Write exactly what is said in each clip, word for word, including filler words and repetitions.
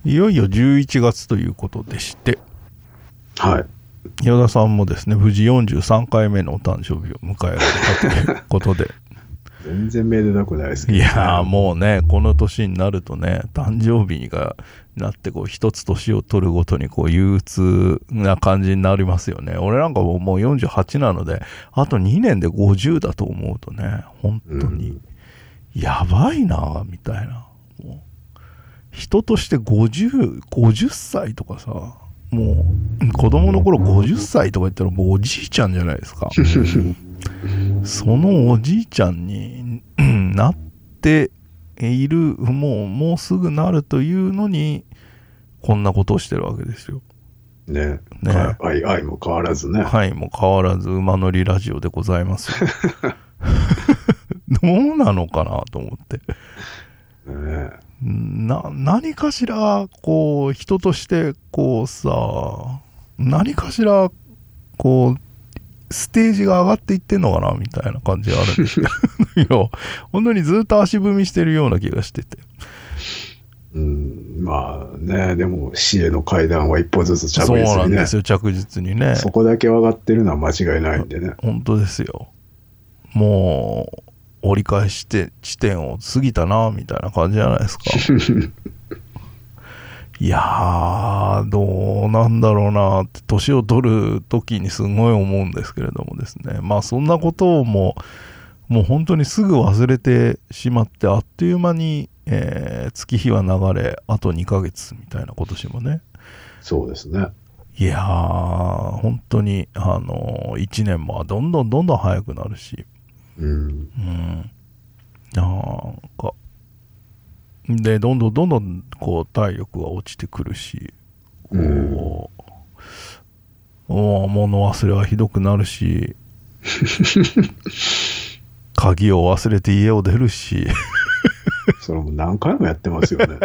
いよいよじゅういちがつということでして、 はい。 矢田さんもですね、無事よんじゅうさんかいめのお誕生日を迎えられたということで。 全然めでたくないですけど、 ね。いやーもうね、この年になるとね、誕生日がなってこう一つ年を取るごとにこう憂鬱な感じになりますよね。俺なんかもうよんじゅうはちなので、あとにねんでごじゅうだと思うとね、本当にやばいなみたいな。もう人としてごじゅう、ごじゅっさいとかさ、もう子供の頃ごじゅっさいとか言ったらもうおじいちゃんじゃないですか。そのおじいちゃんになっている、もうもうすぐなるというのにこんなことをしてるわけですよ。 ね。 ね。 愛、愛も変わらずね。 はいも変わらず馬乗りラジオでございますよ。どうなのかなと思って。 ね。 な何かしらこう人としてこうさ何かしらこうステージが上がっていってんのかなみたいな感じがあるんですけどいや本当にずっと足踏みしてるような気がしてて、 うん、まあね、でも死への階段は一歩ずつ着実にね。 そうなんですよ、着実にね。 そこだけ上がってるのは間違いないんでね。 本当ですよ。もう折り返して地点を過ぎたなみたいな感じじゃないですか。いやーどうなんだろうなって年を取る時にすごい思うんですけれどもですね。まあそんなことをもうもう本当にすぐ忘れてしまってあっという間に、えー、月日は流れあとにかげつみたいな今年もね。 そうですね。 いやー本当にあのいちねんもどんどんどんどん早くなるし、 うん、うん、 なんかでどんどんどんどんこう体力が落ちてくるし、こう、うん、物忘れはひどくなるし鍵を忘れて家を出るしそれも何回もやってますよね。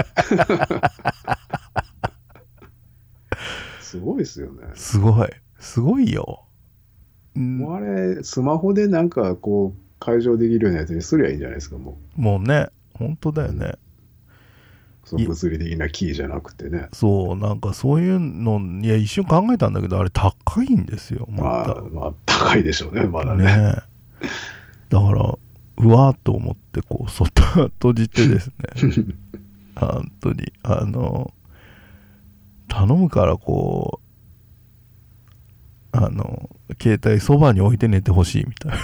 すごいですよね。 すごいすごいよ。 もうあれスマホでなんかこう解錠できるようなやつにすりゃいいんじゃないですか。もうもうね本当だよね、うん、 その物理的なキーじゃなくてね。 そうなんかそういうのいや一瞬考えたんだけどあれ高いんですよ。 また、まあ、まあ高いでしょうねまだね。 ねだからうわーっと思ってこう外閉じてですね本当にあの頼むからこうあの携帯そばに置いて寝てほしいみたいな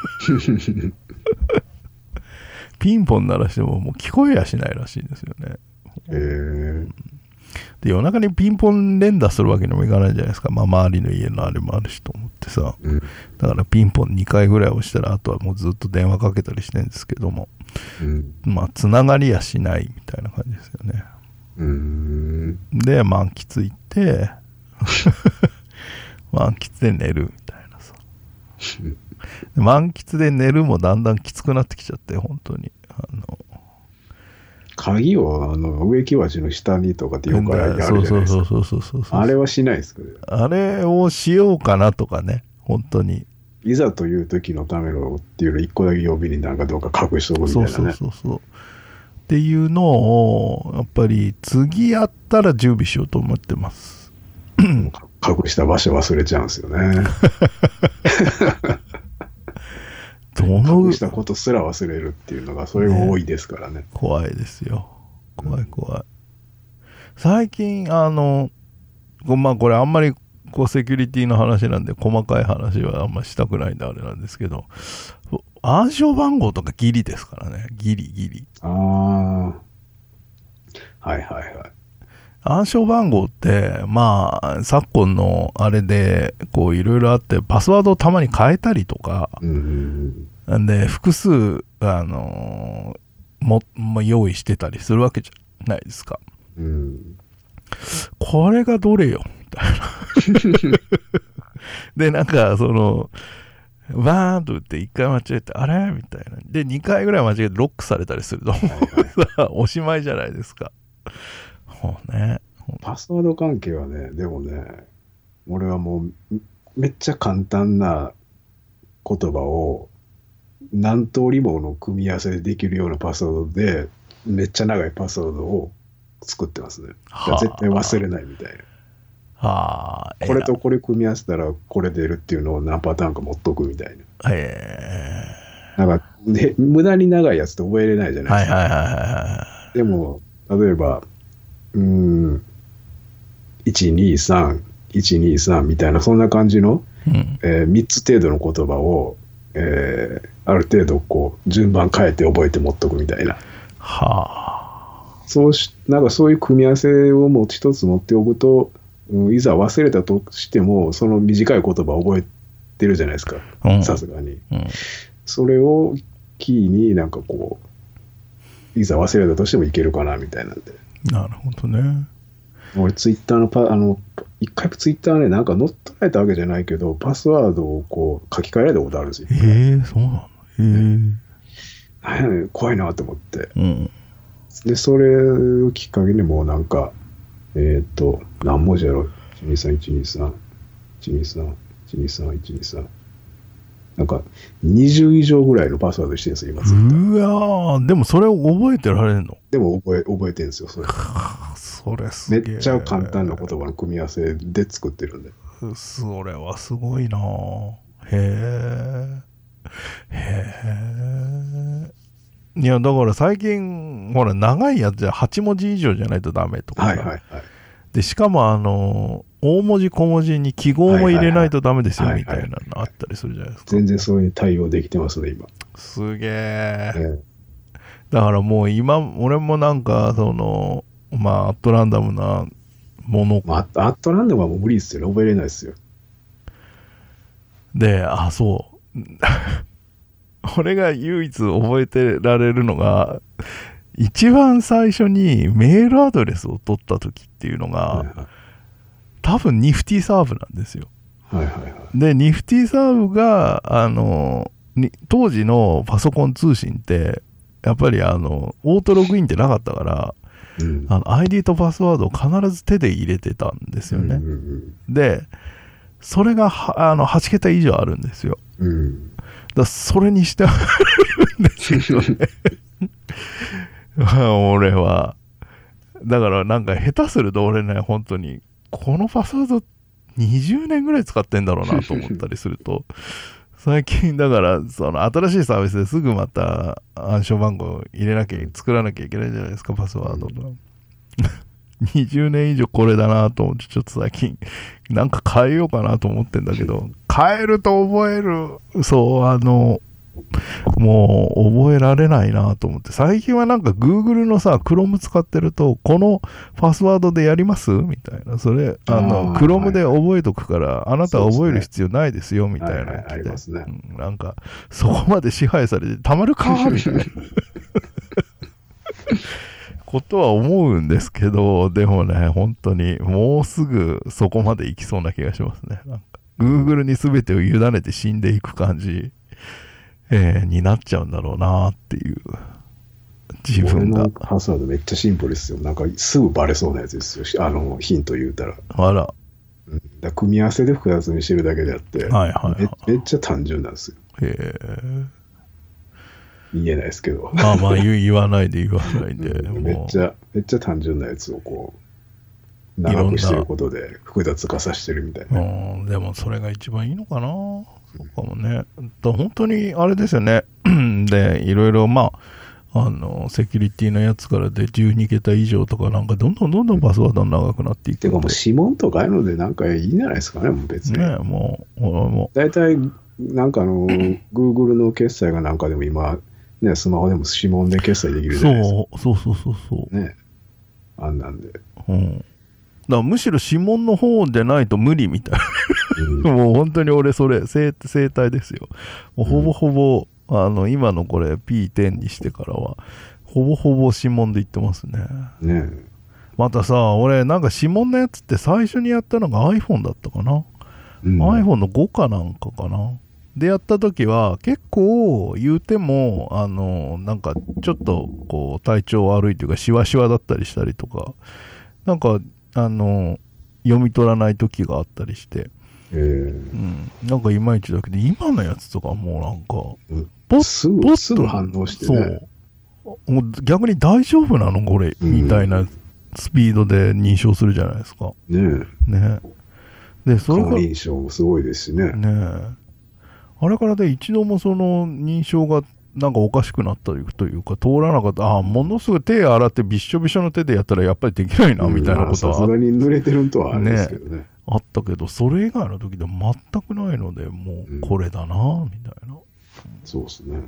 ピンポン鳴らしてももう聞こえやしないらしいんですよね。 へー。 で夜中にピンポン連打するわけにもいかないじゃないですか。まあ周りの家のあれもあるしと思ってさ、うん、だからピンポンにかいぐらい押したらあとはもうずっと電話かけたりしてるんですけども、うん、まあつながりやしないみたいな感じですよね。 うーんで満喫行って満喫で寝るみたいなさ満喫で寝るもだんだんきつくなってきちゃって本当にあの鍵をあの植木鉢の下にとかってよくあるじゃないですか。 そうそうそうそうそうあれはしないですかね。 あれをしようかなとかね本当にいざという時のためのっていうの一個だけ予備になんかどうか隠しとくみたいなね。 そうそうそうそうっていうのをやっぱり次やったら準備しようと思ってます隠した場所忘れちゃうんですよねどの隠したことすら忘れるっていうのがそれが多いですからね。ね怖いですよ怖い怖い、うん、最近あのまあこれあんまりこうセキュリティの話なんで細かい話はあんましたくないんであれなんですけど暗証番号とかギリですからね。ギリギリ。 ああはいはいはい。 暗証番号ってまあ昨今のあれでこういろいろあってパスワードをたまに変えたりとか、うんうん、で複数あのー、も、まあ、用意してたりするわけじゃないですか、うん、これがどれよみたいなでなんかそのバーンと打っていっかい間違えてあれみたいなでにかいぐらい間違えてロックされたりすると、はいはい、おしまいじゃないですか。そうね、 パスワード関係はねでもね俺はもうめっちゃ簡単な言葉を何通りもの組み合わせでできるようなパスワードでめっちゃ長いパスワードを作ってますね。だから絶対忘れないみたいな。 はあ、 これとこれ組み合わせたらこれ出るっていうのを何パターンか持っとくみたいな。 へえ。 なんか、ね、無駄に長いやつって覚えれないじゃないですか。 はいはいはいはい。 でも、例えば、うーん、いちにさん、いちにさんみたいな、そんな感じの、 うんえー、みっつ程度の言葉を、えー、ある程度こう順番変えて覚えて持っとくみたいな。 はあ。 そうし、なんかそういう組み合わせをもう一つ持っておくと、うん、いざ忘れたとしても、その短い言葉を覚えてるじゃないですか。さすがに。 うん、 それをキーになんかこう、いざ忘れたとしてもいけるかなみたいなんで。 なるほどね。 俺ツイッターのパ、あの、一回ツイッターね、なんか乗っ取られたわけじゃないけど、パスワードをこう書き換えられたことあるんですよ。 へえ、そうなの。へえ。 なんやねん、怖いなと思って。 うん。 で、それをきっかけにもうなんか、えっと、何文字やろ ?いちにさん、いちにさん、いちにさん、いちにさん、いちにさん。なんか、にじゅう以上ぐらいのパスワードしてるんですよ、今。 うわー、でもそれを覚えてられるの？ でも覚え、覚えてるんですよ、それ。 それすげえ。 めっちゃ簡単な言葉の組み合わせで作ってるんで。 それはすごいな。へえ。へえ。いや、だから最近、ほら、長いやつじゃはち文字以上じゃないとダメとかさ。 はいはいはい。 で、しかもあの、大文字小文字に記号も入れないとダメですよみたいなのあったりするじゃないですか。 全然それに対応できてますね、今。 すげえ。 えだからもう今、俺もなんか、その、まあ、アットランダムなもの。 まあ、アットランダムはもう無理ですよね。覚えれないですよ。 で、あ、そう。俺が唯一覚えてられるのが、一番最初にメールアドレスを取った時っていうのが、はいはい、多分ニフティサーブなんですよ。 はいはいはい、 で、ニフティサーブが、あの、当時のパソコン通信って、やっぱりあの、オートログインってなかったから、うん、あの アイディー とパスワードを必ず手で入れてたんですよね。うんうんうん、で、それがあのはち桁以上あるんですよ。うん、だそれにしてあるんですよね。俺は。だからなんか下手すると俺ね、本当に、このパスワードにじゅうねんぐらい使ってんだろうなと思ったりすると、最近だからその新しいサービスですぐまた暗証番号入れなきゃ作らなきゃいけないじゃないですか、パスワードの。にじゅうねん以上これだなと思って、ちょっと最近なんか変えようかなと思ってんだけど、変えると覚える、そうあのもう覚えられないなと思って、最近はなんか Google のさ Chrome 使ってると、このパスワードでやりますみたいな、それあの Chrome で覚えとくから、はい、あなたは覚える必要ないですよみたいなの来て、なんかそこまで支配されてたまるかみたいなことは思うんですけど、でもね、本当にもうすぐそこまで行きそうな気がしますね。なんか Google に全てを委ねて死んでいく感じ、えー、になっちゃうんだろうなっていう、自分が。 俺のパスワードめっちゃシンプルですよ。なんかすぐバレそうなやつですよ。あのヒント言うたら。 あら。 うん、だ組み合わせで複雑にしてるだけであって、 はいはいはい、 め, めっちゃ単純なんですよ。へえ。言えないですけど。 まあまあ言わないで言わないで。 めっちゃ、めっちゃ単純なやつをこう、長くしてることで複雑化させてるみたいな。 うん、でもそれが一番いいのかな。そうかもね。本当にあれですよね。で、いろいろまあ、あの、セキュリティのやつからでじゅうに桁以上とかなんかどんどんどんどんパスワード長くなっていく。 てかもう指紋とかああいうのでなんかいいんじゃないですかね、もう別に。 ね、もう、もう。大体、なんかあの、Google の決済がなんかでも今、ね、スマホでも指紋で決済できるじゃないですか。 そうそうそうそうね。あんなんで。 うん。だからむしろ指紋の方でないと無理みたいな。うん、もう本当に俺それ、生, 生体ですよ。もうほぼほぼ、うん、あの、今のこれ ピーテン にしてからは、ほぼほぼ指紋で言ってますね。 ね。 またさ、俺なんか指紋のやつって最初にやったのが iPhone だったかな。うん、iPhone のごかなんかかな。でやった時は結構言うてもあのなんかちょっとこう体調悪いというかシワシワだったりしたりとかなんかあの読み取らない時があったりして、えーうん、なんかいまいちだけど今のやつとかもうなんか、 うん、ポッすぐ反応してね、 そうもう逆に大丈夫なのこれ、うん、みたいなスピードで認証するじゃないですか。 ねえ。 ね。で、それから、 顔認証もすごいですしね。 ねえ。あれからで一度もその認証がなんかおかしくなったというか、通らなかった。ああ、ものすごい手洗ってびっしょびしょの手でやったらやっぱりできないな、みたいなことは、 さすがに濡れてるんとはあれですけどね。 あったけど、それ以外の時で全くないので、もうこれだな、みたいな。 そうですね。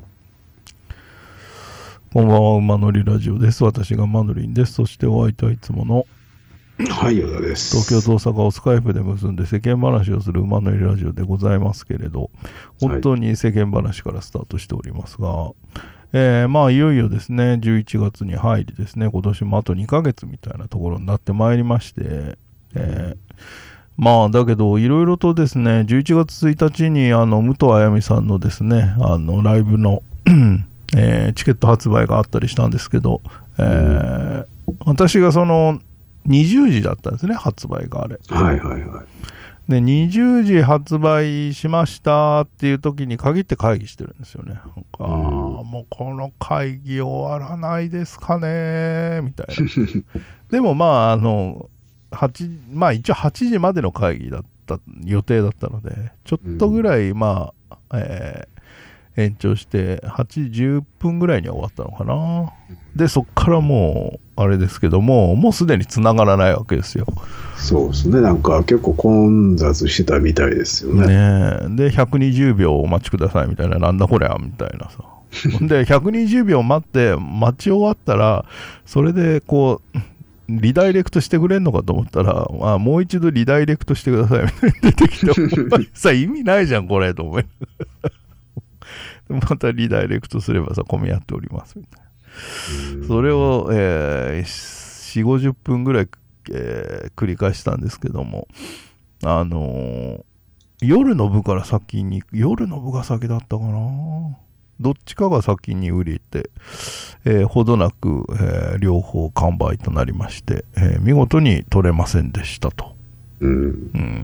こんばんは、馬乗りラジオです。私がマドリンです。そしてお相手はいつものはい、与田です。 東京と大阪をスカイプで結んで世間話をする馬乗りラジオでございますけれど、本当に世間話からスタートしておりますが、はい、えー、まあいよいよですね、じゅういちがつに入りですね、今年もあとにかげつみたいなところになってまいりまして、えー、まあだけどいろいろとですね、じゅういちがつついたちにあの武藤あやみさんのですね、あのライブのえー、チケット発売があったりしたんですけど、えー、私がそのにじゅうじだったんですね、発売があれ。 はいはいはい。 で、にじゅうじ発売しましたっていう時に限って会議してるんですよね。なんか、うん、もうこの会議終わらないですかねみたいな。でもまあ、あの、はち、まあ一応はちじまでの会議だった予定だったので、ちょっとぐらい、まあ、えー延長してはちじじゅっぷんぐらいには終わったのかな。でそっからもうあれですけども、もうすでに繋がらないわけですよ。 そうですね。なんか結構混雑してたみたいですよね。 ねえ。でひゃくにじゅうびょうお待ちくださいみたいな、なんだこりゃみたいなさ。でひゃくにじゅうびょう待って待ち終わったら、それでこうリダイレクトしてくれんのかと思ったら、まあ、もう一度リダイレクトしてくださいみたいな出てきて、さ意味ないじゃんこれと思いまたリダイレクトすればさ、混み合っておりますみたいな。それを、えー、よんじゅう、ごじゅっぷんぐらい、えー、繰り返したんですけども、あのー、夜の部から先に、夜の部が先だったかな、どっちかが先に売りて、えー、ほどなく、えー、両方完売となりまして、えー、見事に取れませんでしたと。 うん。 うん、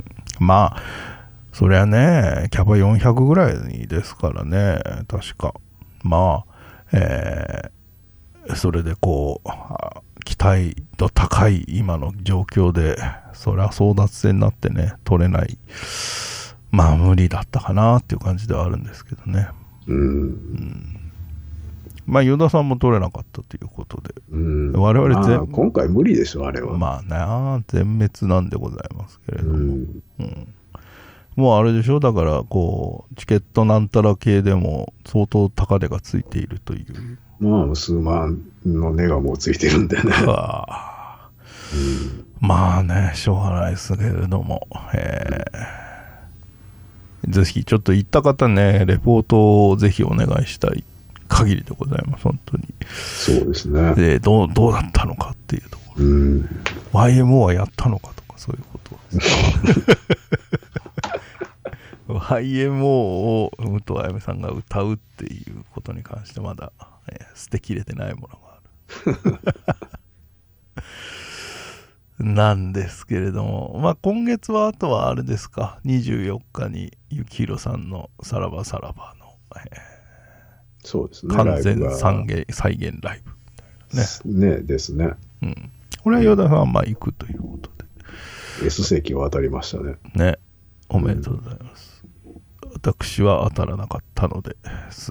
まあ、そりゃね、キャパよんひゃくぐらいですからね、確か。まあ、えー、それでこう、期待度高い今の状況で、そりゃ争奪戦になってね、取れない。まあ、無理だったかなっていう感じではあるんですけどね。 うん。うん、 まあ、与田さんも取れなかったということで。 うん、 我々全、 まあ、今回無理でしょ、あれは。 まあね、全滅なんでございますけれども。 うんうんもうあれでしょ、だからこうチケットなんたら系でも相当高値がついているという。 まあ数万の値がもうついてるんでね。 あうん、まあね、しょうがないですけれども、えー、ぜひちょっと行った方ね、レポートをぜひお願いしたい限りでございます、本当に。 そうですね。 で、どう、どうだったのかっていうところ。うん、ワイエムオー はやったのかとか、そういうことですね。ワイエムオー を武藤あやみさんが歌うっていうことに関してまだ、えー、捨てきれてないものがあるなんですけれども、まあ今月はあとはあれですか、にじゅうよっかに幸宏さんのさらばさらばの、えー、そうですね、 完全再現再現ライブみたいなね。 ねですね。 うん。これは与田さんはまあ行くということで。 S 席を当たりましたね。 ね。おめでとうございます。私は当たらなかったのです。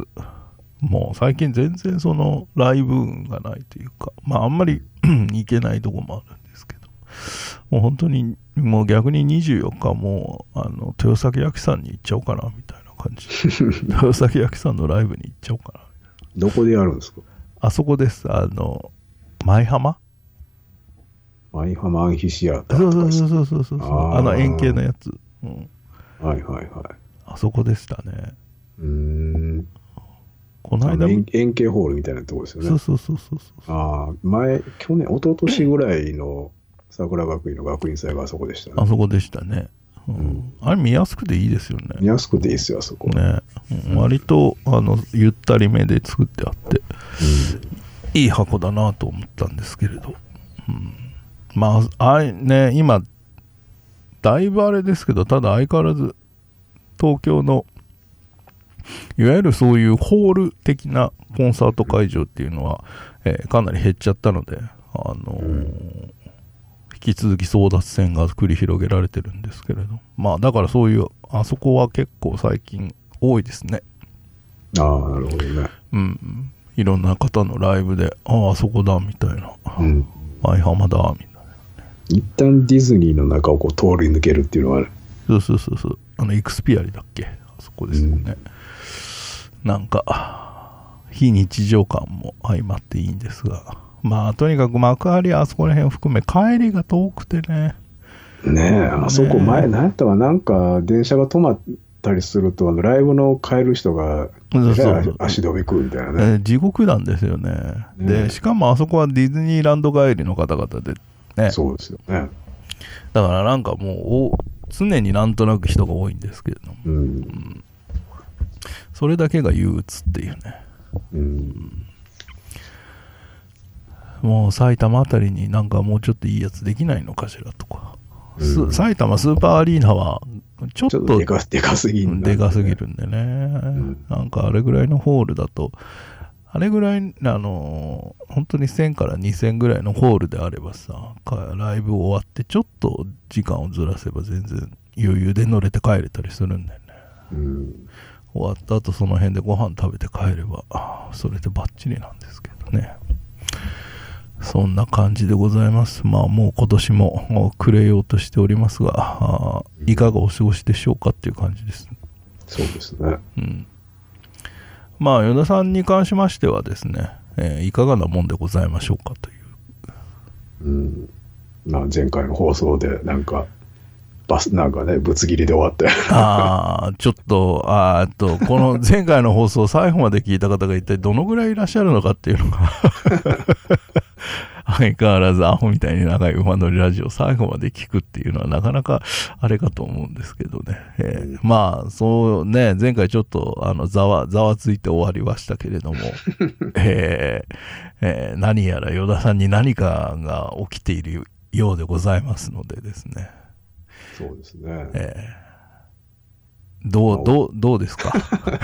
もう最近全然そのライブ運がないというか、まああんまり行けないとこもあるんですけど、もう本当にもう逆ににじゅうよっかもうあの豊崎焼さんに行っちゃおうかなみたいな感じ豊崎焼さんのライブに行っちゃおうかなみたいな。 どこでやるんですか？ あそこです。あの舞浜舞浜アンフィシアターとかです。 そうそうそうそうそう、あの円形のやつ、うん、 はいはいはい。 あそこでしたね。 うーん。 この間円形ホールみたいなところですよね。 そうそうそうそうそう。 ああ、前、去年、一昨年ぐらいの桜学院の学院祭があそこでしたね。 あそこでしたね。うんうん、あれ見やすくていいですよね。 見やすくていいですよ、あそこ。 ね、うん、割とあのゆったりめで作ってあって、うん、いい箱だなと思ったんですけれど、うん、まあ、あれね、今、だいぶあれですけど、ただ相変わらず、東京のいわゆるそういうホール的なコンサート会場っていうのは、えー、かなり減っちゃったので、あのー引き続き争奪戦が繰り広げられてるんですけれど、まあだからそういうあそこは結構最近多いですね。 ああ、なるほどね。 うん、いろんな方のライブであああそこだみたいな、 うん、 舞浜だみたいな。 一旦ディズニーの中をこう通り抜けるっていうのはね。 そうそうそうそう、あのイクスピアリだっけ、あそこですよね、うん、なんか非日常感も相まっていいんですが、まあとにかく幕張あそこら辺を含め帰りが遠くてね。 ねえ、あそこ前何やったかなんか電車が止まったりするとあのライブの帰る人がそうそう足止め食うみたいなね、 えー、地獄なんですよね。 ねでしかもあそこはディズニーランド帰りの方々でね。 そうですよね。 だからなんかもう常になんとなく人が多いんですけれども、 うんうん、 それだけが憂鬱っていうね、 うん、 もう埼玉あたりになんかもうちょっといいやつできないのかしらとか、うん、埼玉スーパーアリーナはちょっとでか、でかすぎるんだね、 でかすぎるんでね、うん、なんかあれぐらいのホールだとあれぐらいあの本当にせんからにせんぐらいのホールであればさ、ライブ終わってちょっと時間をずらせば全然余裕で乗れて帰れたりするんだよね、うん、終わった後その辺でご飯食べて帰ればそれでバッチリなんですけどね。そんな感じでございます。まあもう今年も暮れようとしておりますが、いかがお過ごしでしょうかっていう感じです。 そうですね。 うん。まあ与田さんに関しましてはですね、えー、いかがなもんでございましょうかという。 うん。まあ前回の放送でなんかバスなんかねぶつ切りで終わって。 ああちょっとあーっとこの前回の放送最後まで聞いた方が一体どのぐらいいらっしゃるのかっていうのが相変わらずアホみたいに長い馬乗りラジオ最後まで聞くっていうのはなかなかあれかと思うんですけどね、えー、まあそうね、前回ちょっとあのざわざわついて終わりましたけれども、えーえー、何やら与田さんに何かが起きているようでございますのでですね。 そうですね、 えー、どうどうどうですか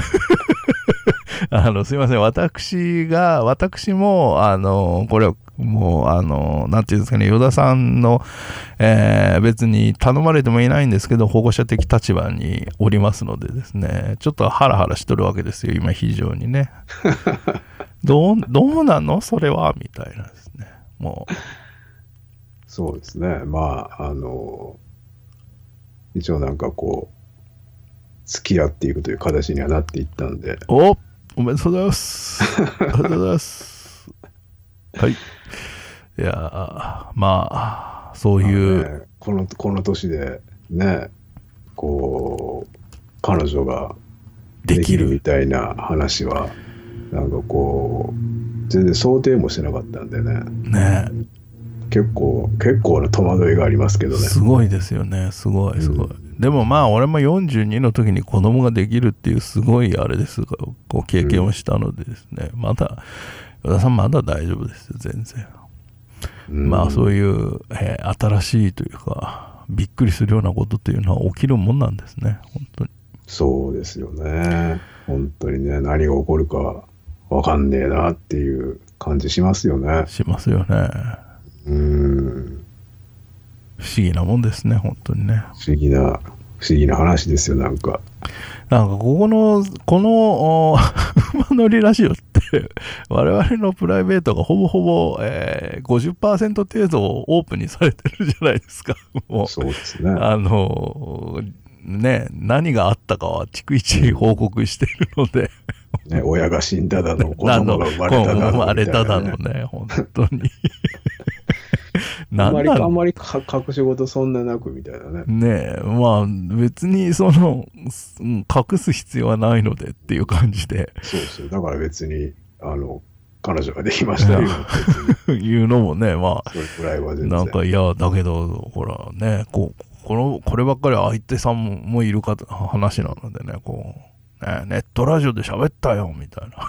あのすいません、私が私もあのこれをもうあのなんていうんですかね、与田さんの、えー、別に頼まれてもいないんですけど保護者的立場におりますのでですね、ちょっとハラハラしとるわけですよ今非常にねどうどうなのそれはみたいなですね。もうそうですね、まああの一応なんかこう付き合っていくという形にはなっていったんで、 おおめでとうございますありがとうございますはい、いやまあそういう、 まあね、このこの年でねこう彼女ができるみたいな話はなんかこう全然想定もしてなかったんでね。ね結構結構な戸惑いがありますけどね。 すごいですよね、すごいすごい、うん、でもまあ俺もよんじゅうにの時に子供ができるっていうすごいあれですがこう経験をしたのでですね、うん、まだ与田さんまだ大丈夫ですよ全然、うん、まあそういう、えー、新しいというかびっくりするようなことっていうのは起きるもんなんですね本当に。 そうですよね本当にね、何が起こるか分かんねえなっていう感じしますよね。 しますよね。 うーん、 不思議なもんですね本当にね。 不思議な不思議な話ですよ。なんかなんかここのこの馬乗りラジオって我々のプライベートがほぼほぼ、えー、ごじゅっパーセント 程度オープンにされてるじゃないですか。もうそうですね。 あのね何があったかは逐一報告しているのでね、親が死んだだの子供が生まれただの、ね、生まれただのね本当にあんまりあんまり隠し事そんななくみたいなね。 ねえまあ別にその隠す必要はないのでっていう感じで。 そうそうだから別にあの彼女ができましたよいうのもねまあそれくらいは全然なんかいやだけどほらねこうこのこればっかり相手さんもいるか話なのでねこうねネットラジオで喋ったよみたいな。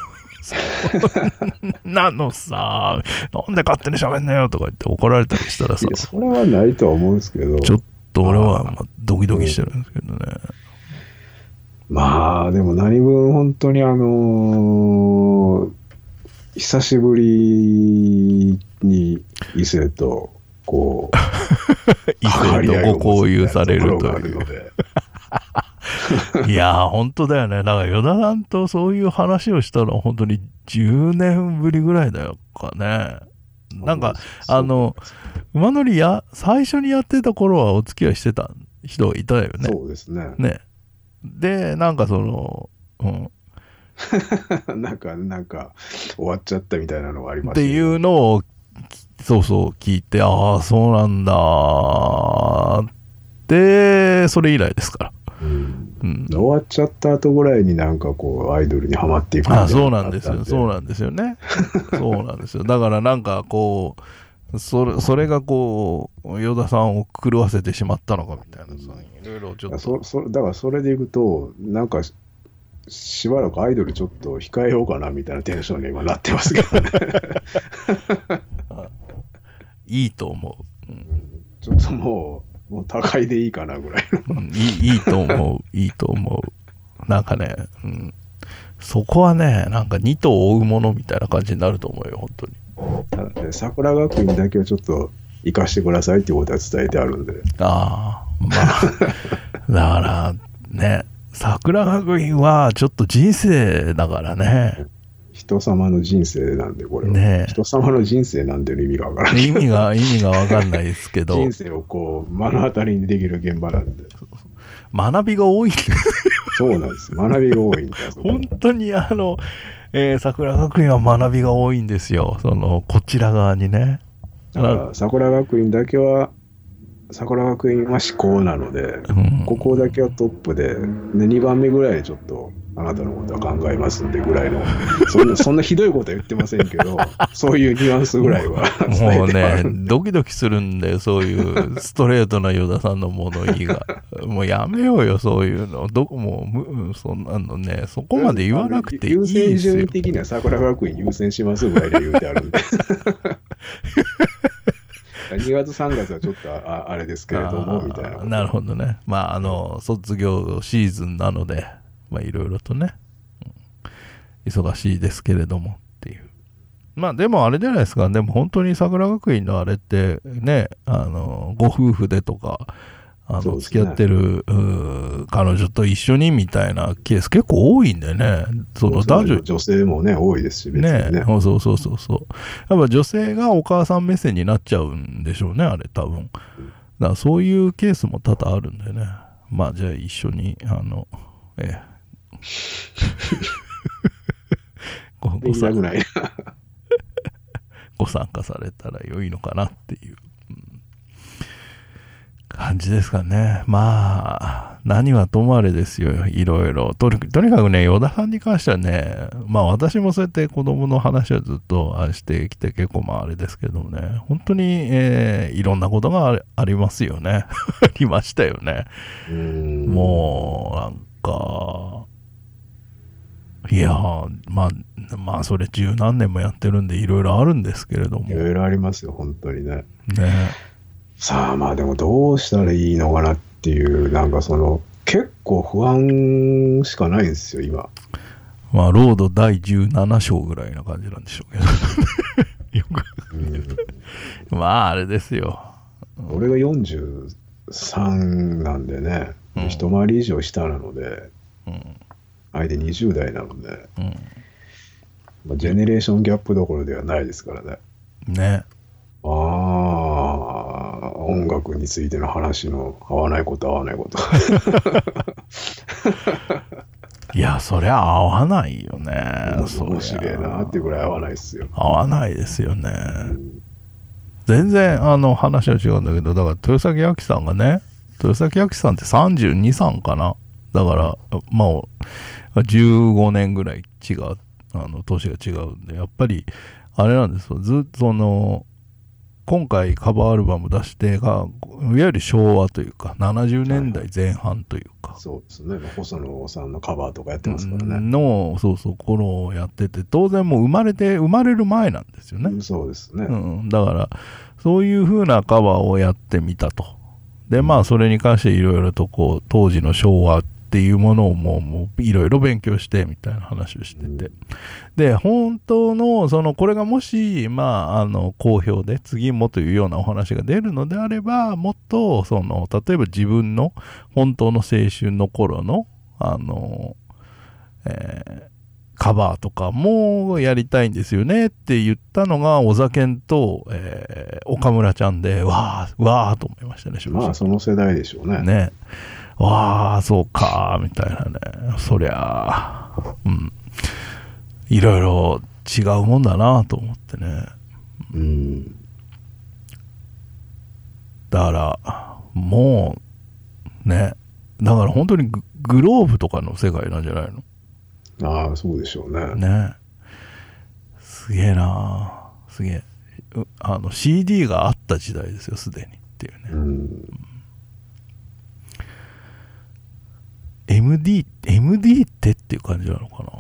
なのさなんで勝手に喋んなよとか言って怒られたりしたらさ、 いやそれはないとは思うんですけどちょっと俺はまあドキドキしてるんですけどね、 うん、まあでも何分本当にあのー、久しぶりに異性とこう、 異性とご交友されるという。いやー、本当だよね。だから、与田さんとそういう話をしたのは、本当にじゅうねんぶりぐらいだよかね。なんか、あの、馬乗りや、最初にやってた頃はお付き合いしてた人いたよね。 そうですね。 ね。で、なんかその、うん。 なんか、なんか、終わっちゃったみたいなのがありまっしたね。 ていうのを、そうそう聞いて、ああ、そうなんだで、それ以来ですから。 うんうん、 終わっちゃった後ぐらいになんかこうアイドルにはまっていくみたいな。 あ、そうなんですよ。そうなんですよね。そうなんですよ。だからなんかこう、それ、それがこう、与田さんを狂わせてしまったのかみたいなさ、いろいろちょっと。 そそだからそれでいくと、なんか、しばらくアイドルちょっと控えようかなみたいなテンションに今なってますけどね。 いいと思う、うん。 ちょっともう、もう高いでいいかなぐらいの、 うん、いい。いいと思う。いいと思う。なんかね、うん、そこはね、なんかに頭追うものみたいな感じになると思うよ、本当に。 なので桜学院だけはちょっと生かしてくださいっていうことは伝えてあるんで。 ああ、まあ、だからね、桜学院はちょっと人生だからね。 人様の人生なんで、これは。 ね、 人様の人生なんていう意味がわからない。 意味が、意味がわかんないですけど。 人生をこう、目の当たりにできる現場なんで。 学びが多いんですよ。 そうなんです。学びが多いんです。 本当にあの、えー、桜学院は学びが多いんですよ。その、こちら側にね。 だから桜学院だけは、桜学院は思考なので、うん、ここだけはトップで、でにばんめぐらいでちょっとあなたのことは考えますんでぐらいの、そんな、そんなひどいことは言ってませんけど、そういうニュアンスぐらいはもうね、ドキドキするんで、そういうストレートな与田さんの物言いが。もうやめようよ、そういうの。どこも、そんなのね、そこまで言わなくていいですよ。 優先順位的には桜学院優先しますぐらいで言うてあるんで。にがつさんがつはちょっと あ, あれですけれどもみたいな。 なるほどね。まああの卒業シーズンなので、まあいろいろとね、うん、忙しいですけれどもっていう。まあでもあれじゃないですか。でも本当に桜学院のあれってね、あのご夫婦でとか、あの、ね、付き合ってる彼女と一緒にみたいなケース結構多いんでね。その男女女性もね多いですし別にね。 ね、そうそうそうそう。やっぱ女性がお母さん目線になっちゃうんでしょうね、あれ多分。だからそういうケースも多々あるんでね。まあじゃあ一緒にあのええごご参ご参加されたら良いのかなっていう。感じですかね。まあ、何はともあれですよ。いろいろ。とに、とにかくね、与田さんに関してはね、まあ私もそうやって子供の話をずっとしてきて結構まああれですけどもね、本当に、えー、いろんなことが あ, ありますよね。ありましたよね。うーんもう、なんか、いやまあ、まあそれ十何年もやってるんでいろいろあるんですけれども。 いろいろありますよ、本当にね。 ね。 さあまあでもどうしたらいいのかなっていう、なんかその結構不安しかないんですよ今。 まあロードだいじゅうなな章ぐらいな感じなんでしょうけどよく、うん、まああれですよ、 俺がよんじゅうさんなんでね、うん、一回り以上下なので、うん、相手にじゅう代なので、うんまあ、ジェネレーションギャップどころではないですからね。 ね。 ああ、音楽についての話の合わないこと合わないこといやそりゃ合わないよね。 面白いなってぐらい合わないですよ。 合わないですよね、うん、全然あの話は違うんだけど、だから豊崎亜紀さんがね、豊崎亜紀さんってさんじゅうに、さんかな。だからまあじゅうごねんぐらい違う、あの年が違うんで、やっぱりあれなんですよ。ずっとその今回カバーアルバム出してがいわゆる昭和というかななじゅうねんだいぜん半というか、はい、 そうですね、細野さんのカバーとかやってますからねのそうそう頃をやってて、当然もう生まれて生まれる前なんですよね、 うん、そうですね、 うん、だからそういう風なカバーをやってみたと。でまあそれに関していろいろとこう当時の昭和っていうものをもう、もういろいろ勉強してみたいな話をしてて、うん、で本当のそのこれがもしまああの好評で次もというようなお話が出るのであれば、もっとその例えば自分の本当の青春の頃のあの、えー、カバーとかもやりたいんですよねって言ったのがおざけんと、えー、岡村ちゃんで、わーわーと思いましたね。 まあその世代でしょうね。 ね、わあそうかみたいなね。そりゃうんいろいろ違うもんだなと思ってね。 うん。 だからもうね、だから本当に グ, グローブとかの世界なんじゃないの。 ああそうでしょうね。 ね、すげえな、すげえ。あの シーディー があった時代ですよすでにっていうね。 うん。 エムディー、エムディー ってっていう感じなのかな。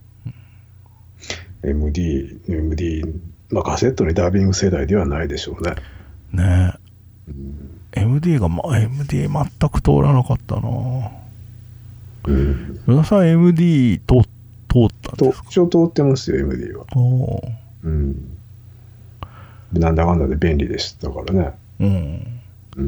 エムディー、エムディー、まあカセットにダビング世代ではないでしょうね。 ねえ、うん、エムディー が、ま、エムディー 全く通らなかったな。うん。与田さん エムディー 通、通ったんですか？ 一応通ってますよ エムディー は。おー。うん。なんだかんだで便利でしたからね。うん。 うん、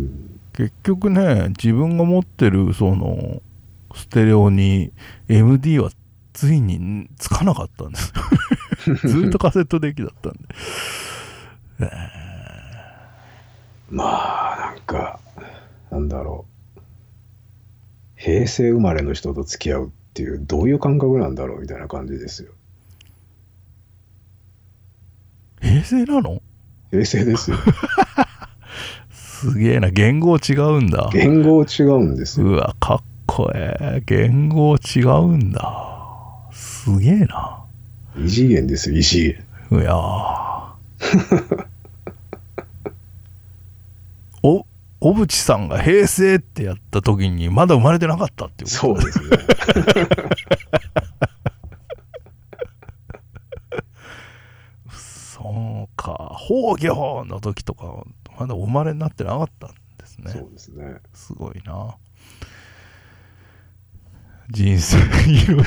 結局ね、自分が持ってるそのステレオに エムディー はついにつかなかったんですずっとカセットデッキだったんで、えー、 まあなんかなんだろう、平成生まれの人と付き合うっていうどういう感覚なんだろうみたいな感じですよ。 平成なの？ 平成ですよすげえな、言語違うんだ。 言語違うんですよ。 うわかっこええ、言語違うんだ。すげえな。 異次元ですよ、異次元。いやお、小渕さんが平成ってやった時にまだ生まれてなかったっていうこと。 そうですねそうか、崩御の時とかまだお生まれになってなかったんですね。 そうですね。 すごいな。人生いろいろ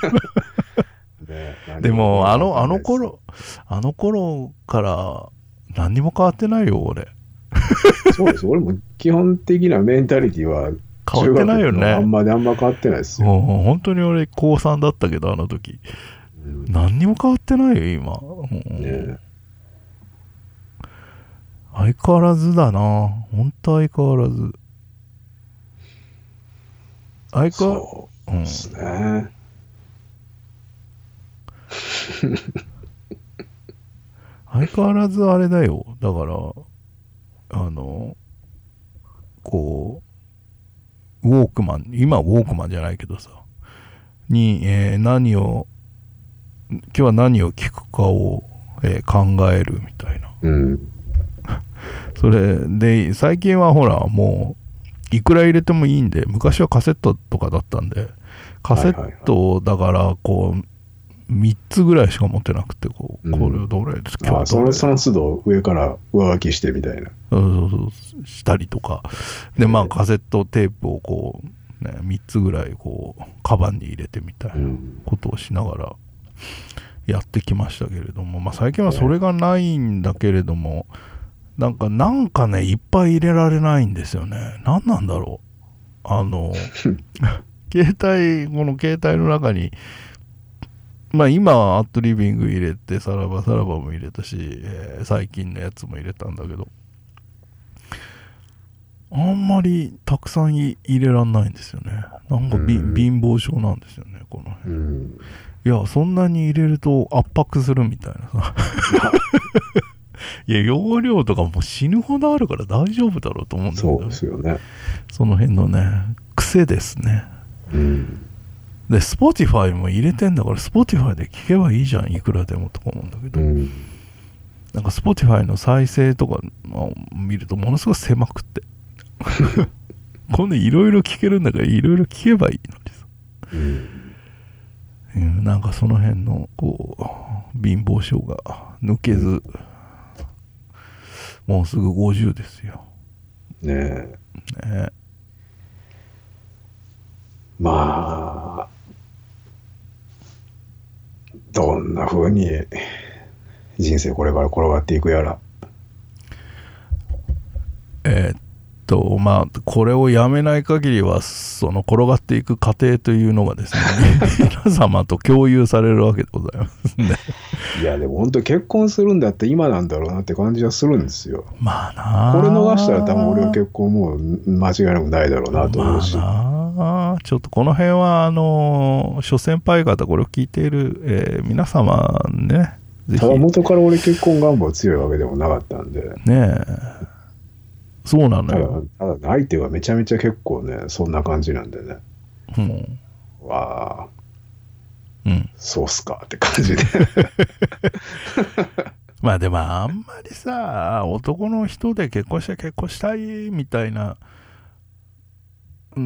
なでもあのあの頃あの頃から何にも変わってないよ俺。 そうです。俺も基本的なメンタリティは変わってないよね。 あんまりあんま変わってないですよ。 もう本当に俺高さんだったけどあの時、うん、何にも変わってないよ今。ね、相変わらずだな。本当相変わらず。相変わらず。そうですね。うん相変わらずあれだよ。だからあのこうウォークマン、今はウォークマンじゃないけどさに、えー、何を今日は何を聞くかを、えー、考えるみたいな、うん、それで最近はほらもういくら入れてもいいんで、昔はカセットとかだったんでカセットだからこうみっつぐらいしか持ってなくて、こう、うん、これどれですか、 ああ、その算数度上から上書きしてみたいな、 そうそうそうしたりとかで、まあカセットテープをこう、ね、みっつぐらいこうカバンに入れてみたいなことをしながらやってきましたけれども、まあ最近はそれがないんだけれども、なんかなんかねいっぱい入れられないんですよね。何なんだろう、あの携帯この携帯の中にまあ今はアットリビング入れて、さらばさらばも入れたし、えー、最近のやつも入れたんだけど、あんまりたくさん入れらんないんですよね。なんか、うん、貧乏症なんですよねこの辺、うん、いやそんなに入れると圧迫するみたいなさいや容量とかもう死ぬほどあるから大丈夫だろうと思うんだけど、 そうですよね。 その辺のね癖ですね。うんで、Spotify も入れてんだから、Spotify で聞けばいいじゃん、いくらでもとか思うんだけど、うん、なんか Spotify の再生とかを見るとものすごい狭くってこんないろいろ聞けるんだからいろいろ聞けばいいのにさ、うん、なんかその辺のこう貧乏症が抜けず、うん、もうすぐごじゅうですよねえ。ねえ、まな風に人生これから転がっていくやら。 えーっとまあこれをやめない限りはその転がっていく過程というのがですね皆様と共有されるわけでございますね。 いやでも本当結婚するんだって今なんだろうなって感じはするんですよ。 まあなあ、 これ逃したら多分俺は結婚もう間違いなくないだろうなと思うし、 まあなあ、ちょっとこの辺はあの諸先輩方これを聞いている、えー皆様ね、ぜひただ元から俺結婚願望強いわけでもなかったんで、 ねえ、そうなのただよ。 ただ相手はめちゃめちゃ結構ねそんな感じなんでね、 うんわあうん、 そうっすかって感じでまあでもあんまりさ、男の人で結婚したい結婚したいみたいな、うん、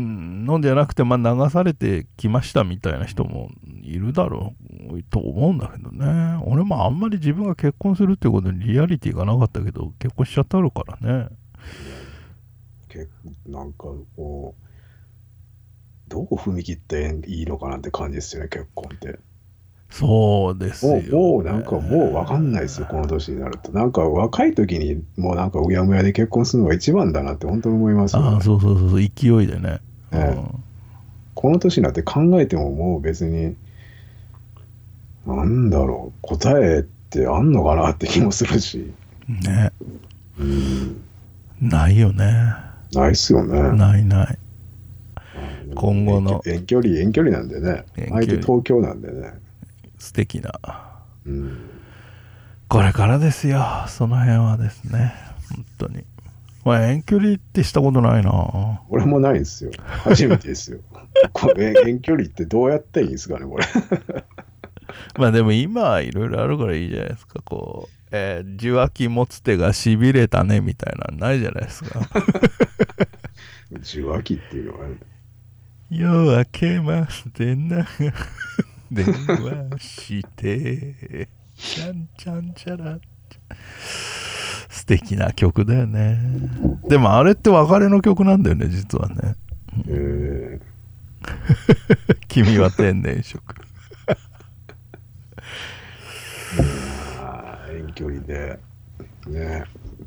のんじゃなくて、まあ流されてきましたみたいな人もいるだろうと思うんだけどね。俺もあんまり自分が結婚するっていうことにリアリティがなかったけど、結婚しちゃってあるからね。 結なんかこうどう踏み切っていいのかなって感じですよね、結婚って。 そうですよ、ね。 もうもうなんかもう分かんないですよ、この年になると。なんか若い時にもうなんかうやむやで結婚するのが一番だなって本当に思いますよね。 ああ、そうそうそうそう、勢いでね。 ええ、この年になって考えてももう別になんだろう、答えってあんのかなって気もするし。 うん、ね。 うん、 ないよね。 ないっすよね。 ないない。 うん、 今後の遠距離遠距離なんでね、 遠距離相手東京なんでね。 素敵な。 うん、 これからですよ、その辺はですね、本当に。まあ、遠距離ってしたことないな。 俺もないんですよ。初めてですよ。これ遠距離ってどうやっていいんですかね、これ。 まあでも今はいろいろあるからいいじゃないですか。こう、えー、受話器持つ手がしびれたねみたいなのないじゃないですか。 受話器っていうのはね。 夜明けましてな電話してちゃんちゃんちゃら、素敵な曲だよね。でもあれって別れの曲なんだよね、実はね。 え君は天然色。 あ遠距離でね、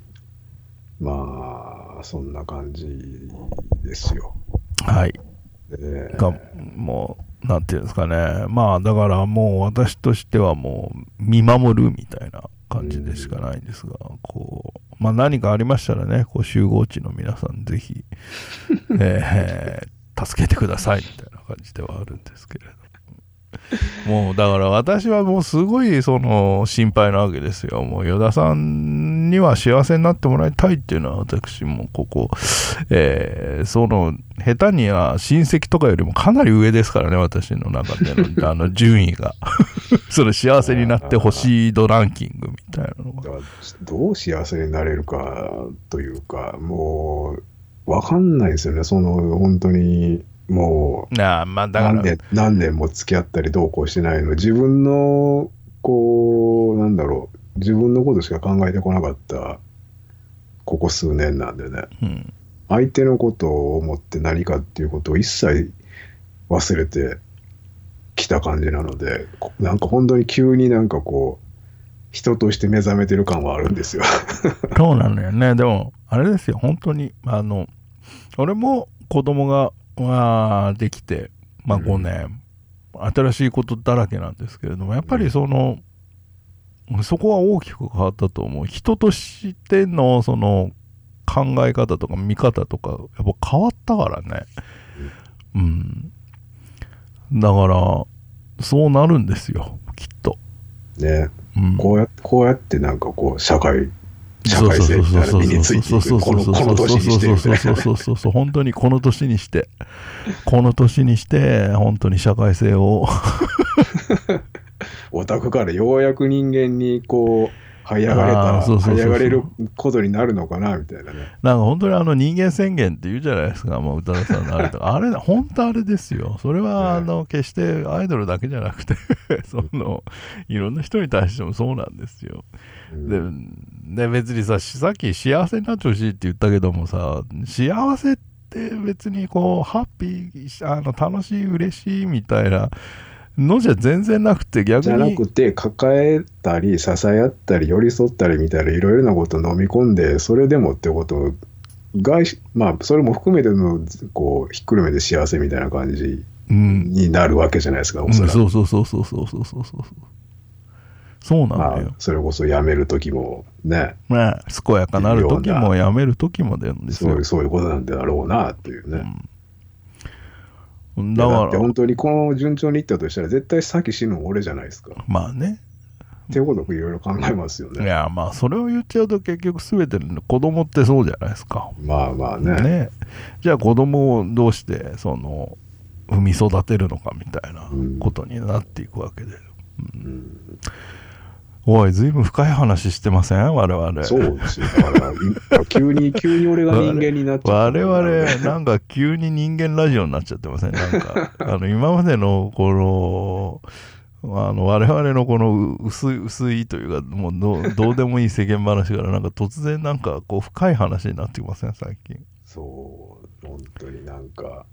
まあそんな感じですよ。 はい。 でがもうなんていうんですかね、まあだからもう私としてはもう見守るみたいな感じでしかないんですが、こうまあ何かありましたらね、こう集合地の皆さんぜひ、えー、助けてくださいみたいな感じではあるんですけれど。もうだから私はもうすごいその心配なわけですよ。もう依田さんには幸せになってもらいたいっていうのは私もここ、えー、その下手には親戚とかよりもかなり上ですからね、私の中でのあの順位がその幸せになってほしい度ランキングみたいなのが、 どう幸せになれるかというか、もう分かんないですよね、その本当に。もうなあ、まあだから何年、何年も付き合ったりどうこうしてないの、自分のこうなんだろう、自分のことしか考えてこなかったここ数年なんでね、 うん、 相手のことを思って何かっていうことを一切忘れてきた感じなので、なんか本当に急になんかこう人として目覚めてる感はあるんですよそうなのよね。でもあれですよ、本当にあの俺も子供がまあできて、まあ、ごねん、うん、新しいことだらけなんですけれども、やっぱりその、うん、そこは大きく変わったと思う。人としてのその考え方とか見方とかやっぱ変わったからね。うん。だからそうなるんですよ、きっと。 ね、うん、こうやってこうやってなんかこう社会社会性が身についていく、この年にしてみたいな。 そうそうそうそう、本当にこの年にしてこの年にして本当に社会性をオタクからようやく人間に這い上がれた這い上がれることになるのかなみたいなね。 なんか本当にあの人間宣言って言うじゃないですか、もう宇多田さんのあれとかあれ本当あれですよ。それはあの決してアイドルだけじゃなくてそのいろんな人に対してもそうなんですよ。で, で別にさ、さっき幸せになってほしいって言ったけどもさ、幸せって別にこうハッピー、あの楽しい嬉しいみたいなのじゃ全然なくて、逆にじゃなくて抱えたり支え合ったり寄り添ったりみたいないろいろなことを飲み込んで、それでもってことが、まあそれも含めてのこうひっくるめて幸せみたいな感じになるわけじゃないですか、 うん、 おそらく。 そうそうそうそうそうそうそうそうそうなんだよ、 まあ、それこそやめる時もね、 まあ、健やかなる時もやめる時も出るんですよ。 そういうそういうことなんだろうなっていうね、 うん、だからだって本当にこの順調にいったとしたら絶対先死ぬの俺じゃないですか。 まあねっていうことをいろいろ考えますよね。 いやまあそれを言っちゃうと結局全ての子供ってそうじゃないですか。 まあまあね。 ね、じゃあ子供をどうしてその産み育てるのかみたいなことになっていくわけで、うんうん、おいずいぶん深い話してません我々。 そうですよ。だから急に急に俺が人間になっちゃった。 我々なんか急に人間ラジオになっちゃってませんなんかあの今までのこのあの我々のこの薄い薄いというかもう ど, どうでもいい世間話からなんか突然なんかこう深い話になってきません最近。 そう本当になんか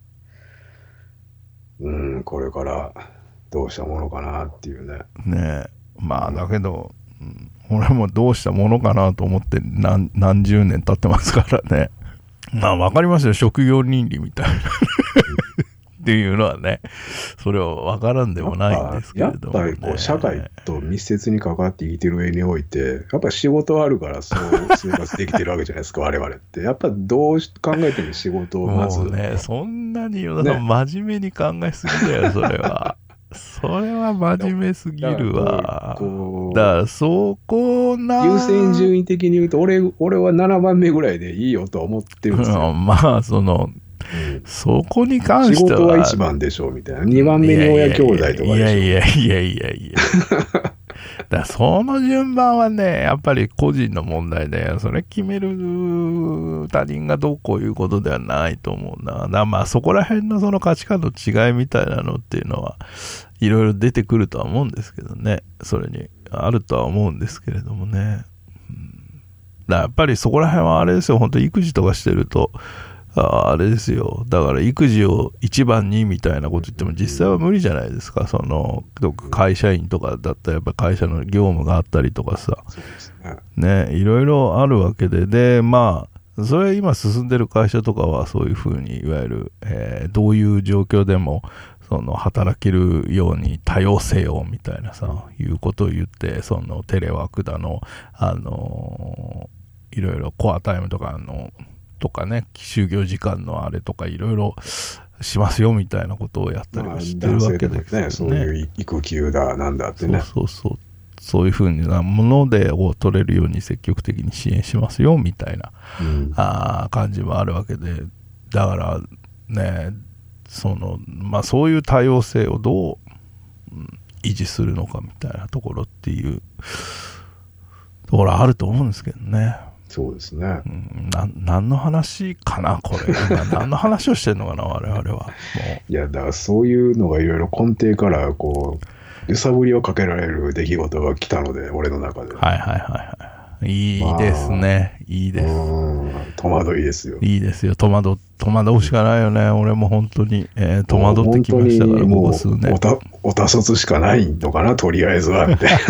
うんこれからどうしたものかなっていうね。 ねえまあだけど、うん、俺もどうしたものかなと思って何何十年経ってますからね。まあ分かりますよ職業倫理みたいなっていうのはねそれは分からんでもないんですけれども、ね、 やっぱりこう社会と密接に関わって生きてる上においてやっぱり仕事あるからそう生活できてるわけじゃないですか我々ってやっぱどう考えても仕事をまずもうねそんなに与田さん、ね、真面目に考えすぎだよそれはそれは真面目すぎるわ。だからそこな優先順位的に言うと 俺, 俺はななばんめぐらいでいいよとは思ってるんですよ、 うん、まあそのうん、そこに関しては仕事はいちばんでしょうみたいなにばんめに親兄弟とかでしょ。 いやいやいやいやいやだその順番はねやっぱり個人の問題でそれ決める他人がどうこういうことではないと思うな。だからまあそこら辺のその価値観の違いみたいなのっていうのはいろいろ出てくるとは思うんですけどねそれにあるとは思うんですけれどもね、うん、だからやっぱりそこら辺はあれですよ本当育児とかしてるとあ, あれですよだから育児を一番にみたいなこと言っても実際は無理じゃないですか。その会社員とかだったらやっぱ会社の業務があったりとかさそうですね、 ねいろいろあるわけででまあそれ今進んでる会社とかはそういうふうにいわゆる、えー、どういう状況でもその働けるように多様せよみたいなさいうことを言ってそのテレワークだのあのいろいろコアタイムとかのとかね就業時間のあれとかいろいろしますよみたいなことをやったりはしてるわけですよね。 まあ、そういう育休だなんだってねそうそうそうそういうふうなものでを取れるように積極的に支援しますよみたいな、うん、あ感じもあるわけでだからねそのまあそういう多様性をどう、うん、維持するのかみたいなところっていうところあると思うんですけどね。 そうですね、 うん、な何の話かなこれ今何の話をしてるのかな我々はもういやだからそういうのがいろいろ根底からこう揺さぶりをかけられる出来事が来たので俺の中ではいはいはいはいいいですね、まあ、いいです戸惑いですよいいですよ戸惑戸惑うしかないよね俺も本当に、えー、戸惑ってきましたからここ数年おたおたそつしかないのかなとりあえずはみたい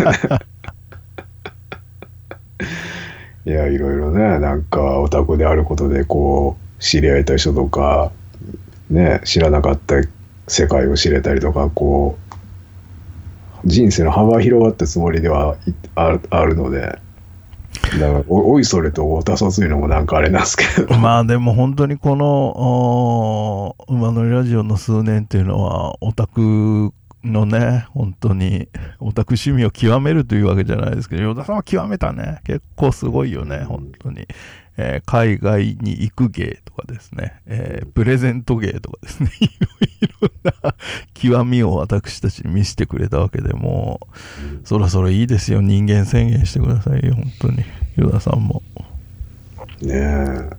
ないやいろいろねなんかオタクであることでこう知り合えた人とかね知らなかった世界を知れたりとかこう人生の幅広がったつもりではあ る, あるのでだからおおいそれとおたそついのもなんかあれなんですけどまあでも本当にこの馬乗りラジオの数年っていうのはオタクのね本当にオタク趣味を極めるというわけじゃないですけど与田さんは極めたね結構すごいよね本当に、えー、海外に行く芸とかですね、えー、プレゼント芸とかですねいろいろな極みを私たちに見せてくれたわけでもうそろそろいいですよ人間宣言してくださいよ本当に与田さんもねえ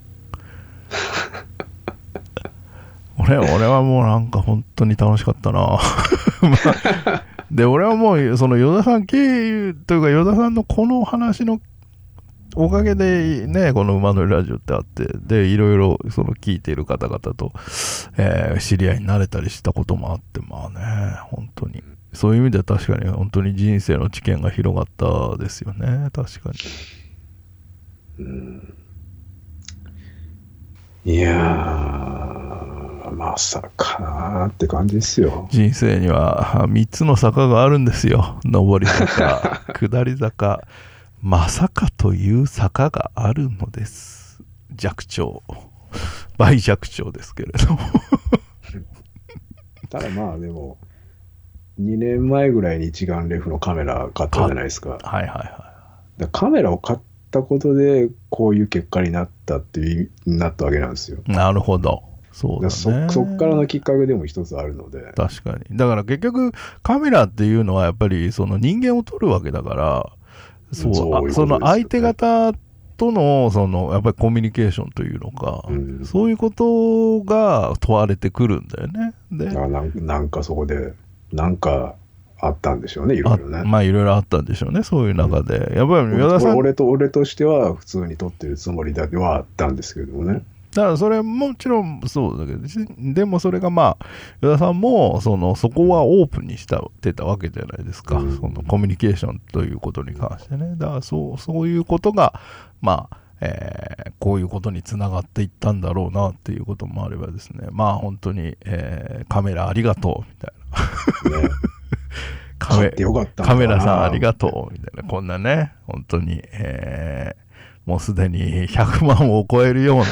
俺, 俺はもうなんか本当に楽しかったな、まあ、で俺はもうその与田さん経由というか与田さんのこの話のおかげでね、この馬乗りラジオってあって、で、いろいろその聞いている方々と、えー、知り合いになれたりしたこともあって、まあね、本当に。そういう意味では確かに本当に人生の知見が広がったですよね、確かに。 うん、いやー、まさかなーって感じですよ。 人生にはみっつの坂があるんですよ。上り坂、下り坂。まさかという坂があるのです。寂聴。倍寂聴ですけれども。 ただまあでも、にねんまえぐらいに一眼レフのカメラ買ったじゃないですか。 はいはいはい。 だカメラを買ったことで、こういう結果になったっていう、なったわけなんですよ。 なるほど。そうだね。 そ、そっからのきっかけでも一つあるので。 確かに。だから結局、カメラっていうのはやっぱりその人間を撮るわけだから、そう、そういうことですよね。その相手方とのそのやっぱりコミュニケーションというのか、うん、そういうことが問われてくるんだよね。で、 なんか、なんかそこでなんかあったんでしょうね、いろいろね。 まあいろいろあったんでしょうね、そういう中で。うん、やっぱり宮田さん、 俺と俺としては普通に撮ってるつもりではあったんですけどもね。 だからそれはもちろんそうだけど、でもそれがまあ与田さんもそのそこはオープンにしたてたわけじゃないですか、うん、そのコミュニケーションということに関してね。だからそうそういうことがまあ、えー、こういうことにつながっていったんだろうなっていうこともあればですね、まあ本当に、えー、カメラありがとうみたいな、ね、カメカメラさんありがとうみたいな、こんなね本当に、えーもうすでにひゃくまんを超えるような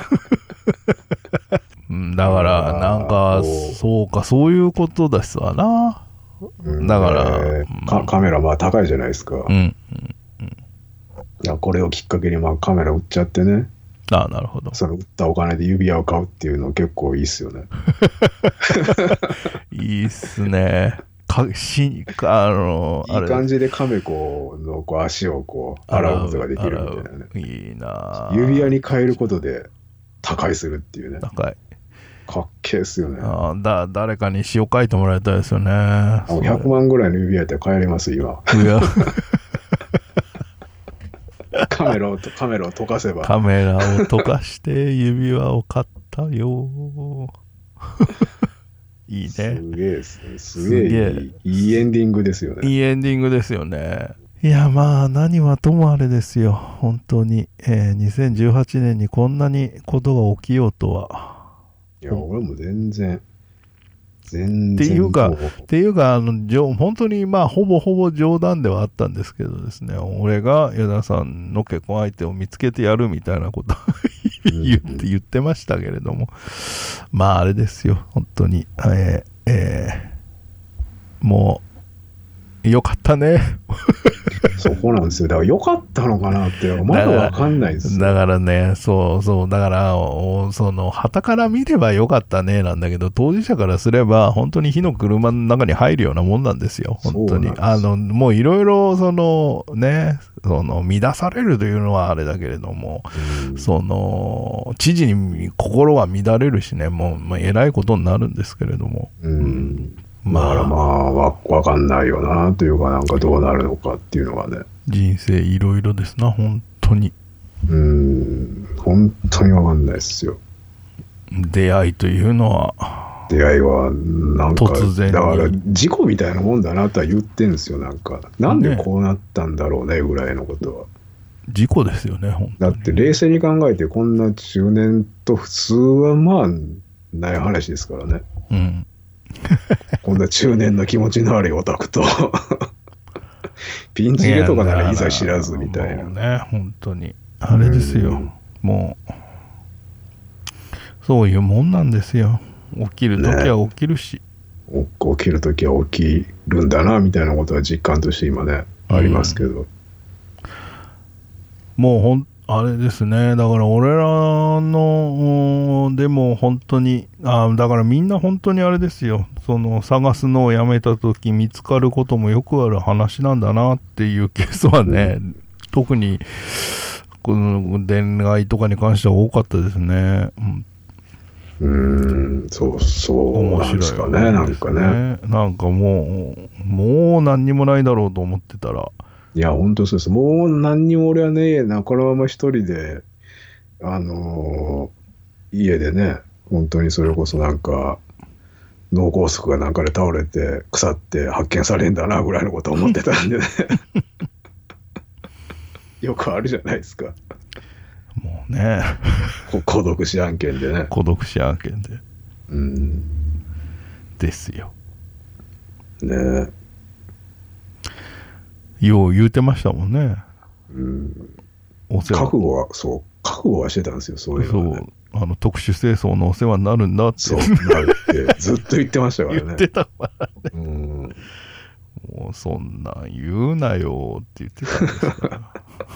だからなんかそうかそういうことですわな。だから、 えーうん、カメラまあ高いじゃないですか、うんうんうん、いやこれをきっかけにまあカメラ売っちゃってね。 ああなるほど。 その売ったお金で指輪を買うっていうの結構いいっすよね。 いいっすね。かしあのいい感じでカメ子のこう足をこう洗うことができるみたいなね。 いいな。 指輪に変えることで他界するっていうね。 高い。 かっけえっすよね。 あだ誰かに詩を書いてもらいたいですよね。 ひゃくまんぐらいの指輪やったら変えれます今。カメラをカメラを溶かせば。 カメラを溶かして指輪を買ったよ。いいね。 すげえですね。すげえいい、いいエンディングですよね。 いいエンディングですよね。いやまあ何はともあれですよ。本当に、えー、にせんじゅうはちねんにこんなにことが起きようとは。 いや俺も全然全然っていうかっていうかあの本当にまあほぼほぼ冗談ではあったんですけどですね。俺が矢田さんの結婚相手を見つけてやるみたいなこと言って言ってましたけれども、まああれですよ本当に、えーえー、もうよかったね。 そこなんですよ。だからよかったのかなってまだわかんないですよ。 だからねそうそうだからその旗から見ればよかったねなんだけど、当事者からすれば本当に火の車の中に入るようなもんなんですよ本当に。あのもういろいろそのねその乱されるというのはあれだけれども、うん、その知事に心が乱れるしね、もう、まあ、えらいことになるんですけれども、 うんうんまあ、だからまあわわかんないよなというか、なんかどうなるのかっていうのがね、 人生いろいろですな本当に。 うーん本当にわかんないですよ。 出会いというのは出会いはなんか突然にだから事故みたいなもんだなとは言ってんですよ。なんかなんでこうなったんだろうねぐらいのことは、ね、 事故ですよね本当に。 だって冷静に考えてこんな中年と普通はまあない話ですからね。うんこんな中年の気持ちの悪いオタクとピンチゲとかならいざ知らずみたいな。 もうね本当にあれですよ、うん、もうそういうもんなんですよ。起きるときは起きるし、 ね、起きるときは起きるんだなみたいなことは実感として今ね、うん、ありますけど、 もうほんあれですね。だから俺らのでも本当にあだからみんな本当にあれですよ。その探すのをやめた時見つかることもよくある話なんだなっていうケースはね、うん、特にこの恋愛とかに関しては多かったですね。 うん、うーんそうそう面白いですかね。なんかねなんかもうもう何にもないだろうと思ってたら。 いや、本当そうです。もう何にも俺はね、な、このまま一人で、あのー家でね、本当にそれこそなんか、脳梗塞がなんかで倒れて、腐って発見されんだな、ぐらいのこと思ってたんでね。よくあるじゃないですか。 もうね、 こ孤独死案件でね。 孤独死案件で。 うん。 ですよ。 ねよう言うてましたもんね。 うん。 お世話覚悟は、そう、覚悟はしてたんですよ、そういうのは、ね。 そう、あの特殊清掃のお世話になるんだって。 そう、なるってずっと言ってましたからね。 言ってたからね。 うん。 もうそんなん言うなよって言ってたんですから。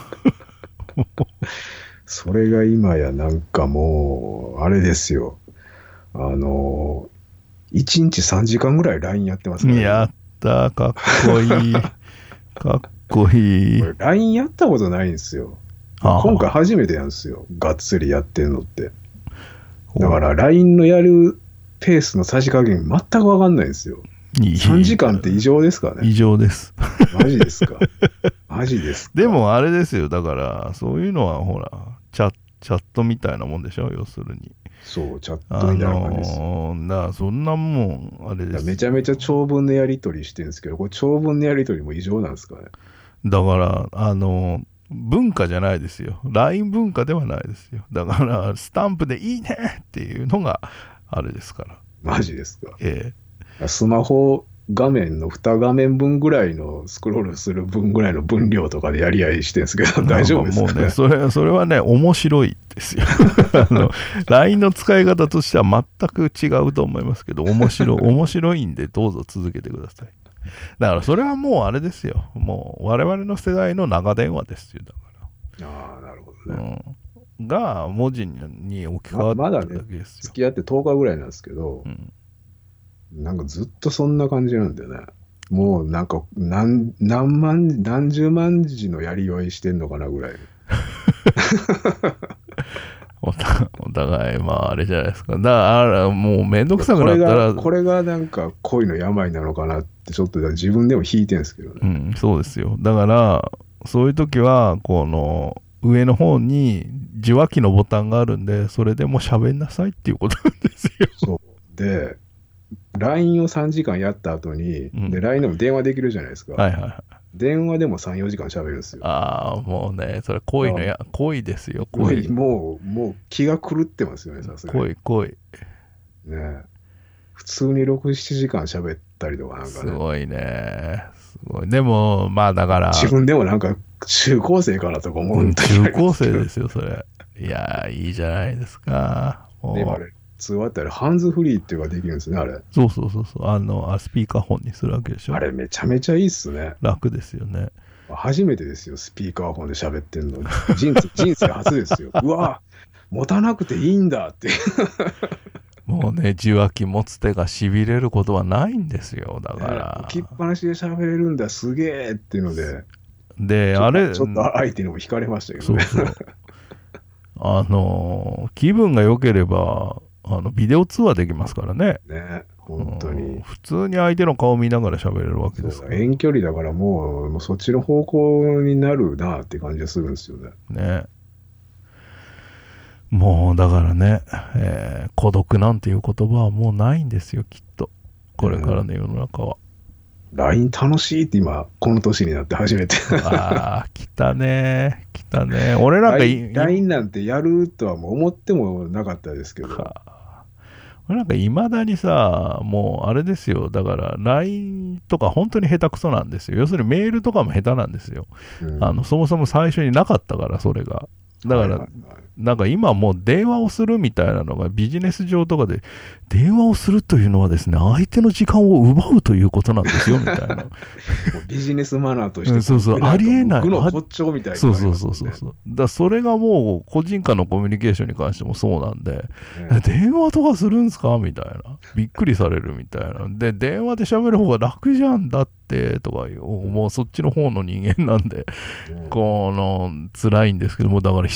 それが今やなんかもう、あれですよ。あの、いちにちさんじかんぐらい ライン やってますからね。 やったー、かっこいい。かっこいい。 これ ライン やったことないんですよ。今回初めてやんですよ。がっつりやってんのって。だから ライン のやるペースのさじ加減全くわかんないんですよ。いいさんじかんって異常ですかね。 異常です。 マジですか。マジですか。 でもあれですよ。だからそういうのはほら、チャ、チャットみたいなもんでしょ、要するに。 そう、チャットみたいな感じです。 あのー、だからそんなもん、あれです。 めちゃめちゃ長文のやり取りしてるんですけど、これ長文のやり取りも異常なんですかね。 だから、あのー、文化じゃないですよ。ライン 文化ではないですよ。だから、スタンプでいいねっていうのがあれですから。 マジですか。 ええ。スマホ画面のに画面分ぐらいのスクロールする分ぐらいの分量とかでやり合いしてるんですけど、大丈夫ですかね。 もうね、それ、それはね、面白いですよ。あの、ライン の使い方としては全く違うと思いますけど、面白い、面白いんでどうぞ続けてください。だからそれはもうあれですよ。もう我々の世代の長電話ですよ。だから。 ああ、なるほどね。 うん、が文字に置き換わってるだけですよ。ままだね、 付き合ってとおかぐらいなんですけど、うん、なんかずっとそんな感じなんだよね。もうなんか何、何万、何十万字のやり合いしてんのかなぐらい。 お互い、まああれじゃないですか。だからもうめんどくさくなったら。 これが、これがなんか恋の病なのかなってちょっと自分でも引いてるんですけどね。 うん、そうですよ。だから、そういう時は、この上の方に受話器のボタンがあるんで、それでもう喋んなさいっていうことなんですよ。 そう。で、ライン をさんじかんやった後に、うん、で、ライン でも電話できるじゃないですか。 はいはいはい。 電話でもさん、よじかん喋るんですよ。 ああ、もうね、それ恋のや、恋ですよ、恋。 もう、もう気が狂ってますよね、さすがに。 恋、恋。 ね普通にろく、ななじかん喋ったりとかなんかね。 すごいね。すごい。でも、まあだから。 自分でもなんか中高生かなとか思うんだけど。中高生ですよ、それ。いやー、いいじゃないですか。 もうでもあれ、通話ってあれ、ハンズフリーっていうのができるんですね、あれ。 そうそうそうそう。あの、スピーカーフォンにするわけでしょ。 あれ、めちゃめちゃいいっすね。 楽ですよね。 初めてですよ、スピーカーフォンで喋ってんの。人生、人生初ですよ。うわ持たなくていいんだって。 もうね、受話器持つ手がしびれることはないんですよ。だから。 置きっぱなしで喋れるんだ、すげえっていうので。 で、あれ。 ちょっと相手にも惹かれましたけどね。 そうそう。あの、気分が良ければ、あの、ビデオ通話できますからね。 ね、本当に。 うん、普通に相手の顔見ながら喋れるわけですから。 遠距離だからもう、もうそっちの方向になるなって感じがするんですよね。 ね。もうだからね、えー、孤独なんていう言葉はもうないんですよ、きっと。これからの世の中は。 うん、ライン 楽しいって今、この年になって初めて。 ああ、来たね。来たね。俺なんかライン なんてやるとはもう思ってもなかったですけど。 俺なんかいまだにさ、もうあれですよ。だから ライン とか本当に下手くそなんですよ。要するにメールとかも下手なんですよ。うん、あのそもそも最初になかったから、それが。だから、はいはいはい、なんか今もう電話をするみたいなのがビジネス上とかで、電話をするというのはですね、相手の時間を奪うということなんですよ、みたいな。 ビジネスマナーとして、うん、 そうそう、ありえない。 僕の骨頂みたいな、ね。 そうそうそうそうそう。だそれがもう個人間のコミュニケーションに関してもそうなんで、ね、電話とかするんすかみたいな。びっくりされるみたいな。で、電話で喋る方が楽じゃんだって、とかいう、もうそっちの方の人間なんで、うん、この、辛いんですけども、だから、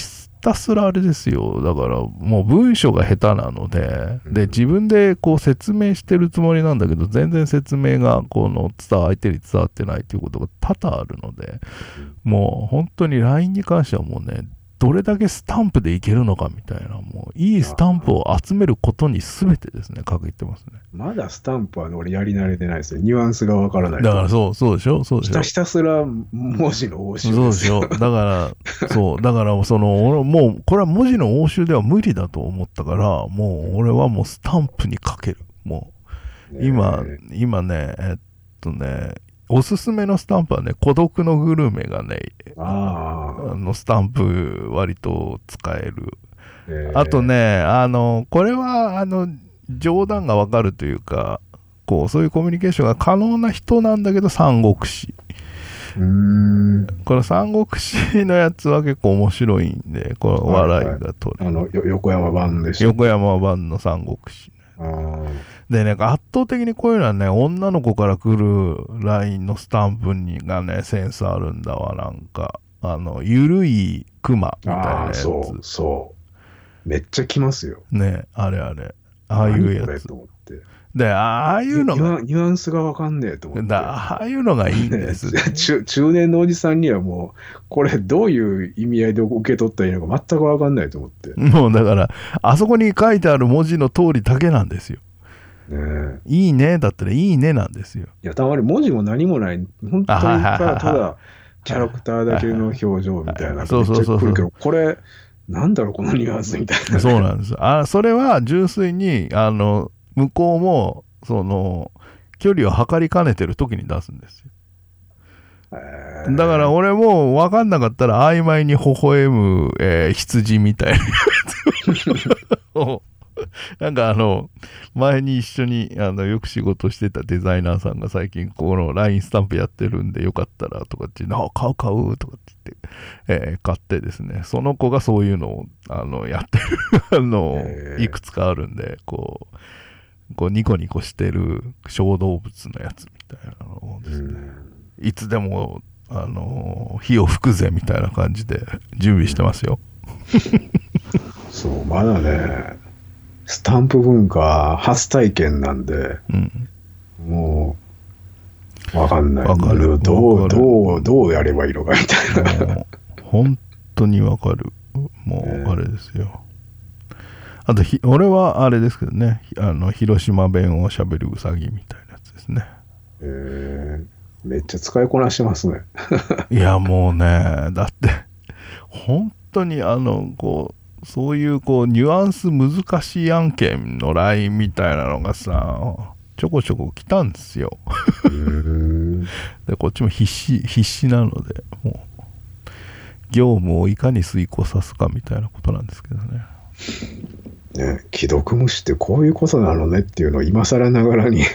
たすらあれですよ。だからもう文章が下手なので、で自分でこう説明してるつもりなんだけど、全然説明がこの伝わ相手に伝わってないということが多々あるので、もう本当に ライン に関してはもうね、どれだけスタンプでいけるのかみたいな、もういいスタンプを集めることに全てですね、かけてますね。 まだスタンプは俺やり慣れてないですよ。ニュアンスがわからない。 だからそう、そうでしょそうでしょひたひたすら文字の応酬ですよ。 そうでしょだから、そう、だからその、俺もう、これは文字の応酬では無理だと思ったから、もう俺はもうスタンプにかける。もう、今、今ね、えっとね、おすすめのスタンプはね、孤独のグルメがね、 ああのスタンプ割と使える。 えー、 あとね、あの、これは、あの、冗談がわかるというか、こう、そういうコミュニケーションが可能な人なんだけど、三国志。 うーん。 この三国志のやつは結構面白いんで、この笑いが取れる。 あの、よ横山版でしょ。 横山版の三国志。 あでね、圧倒的にこういうのはね、女の子から来る ライン のスタンプにがね、センスあるんだわ、なんか。あの、ゆるいクマみたいなやつ。 そうそうめっちゃ来ますよね、あれあれああいうやつと思ってで、ああいうのがニュアンスがわかんねえと思ってだああいうのがいいんですね中, 中年のおじさんにはもうこれどういう意味合いで受け取ったらいいのか全くわかんないと思ってもうだからあそこに書いてある文字の通りだけなんですよね、 いいねだったらいいねなんですよ。 いやたまに文字も何もない本当にただただキャラクターだけの表情みたいなそうそうそうそう。 これなんだろうこのニュアンスみたいな。 そうなんです。あ、それは純粋にあの向こうもその距離を測りかねてる時に出すんですよ。 えー、 だから俺も分かんなかったら曖昧に微笑む、えー、羊みたいなやつをなんかあの前に一緒にあのよく仕事してたデザイナーさんが最近この ライン スタンプやってるんでよかったらとかってあ買う買うとかって言って、えー、買ってですねその子がそういうのをあのやってるあのいくつかあるんでこうこうニコニコしてる小動物のやつみたいなのをですねいつでもあの火を吹くぜみたいな感じで準備してますよそうまだねスタンプ文化初体験なんで、うん、もう分かんない。分かる。どうどうどうやればいいのかみたいな。 本当に分かる。もうあれですよ。あとひ俺はあれですけどね、あの広島弁をしゃべるウサギみたいなやつですね。 えー、めっちゃ使いこなしてますね。 いやもうね、だって本当にあのこう。そういうこうニュアンス難しい案件の ライン みたいなのがさちょこちょこ来たんですよでこっちも必死必死なのでもう業務をいかに遂行さすかみたいなことなんですけどね。 ね、既読無視ってこういうことなのねっていうのを今更ながらに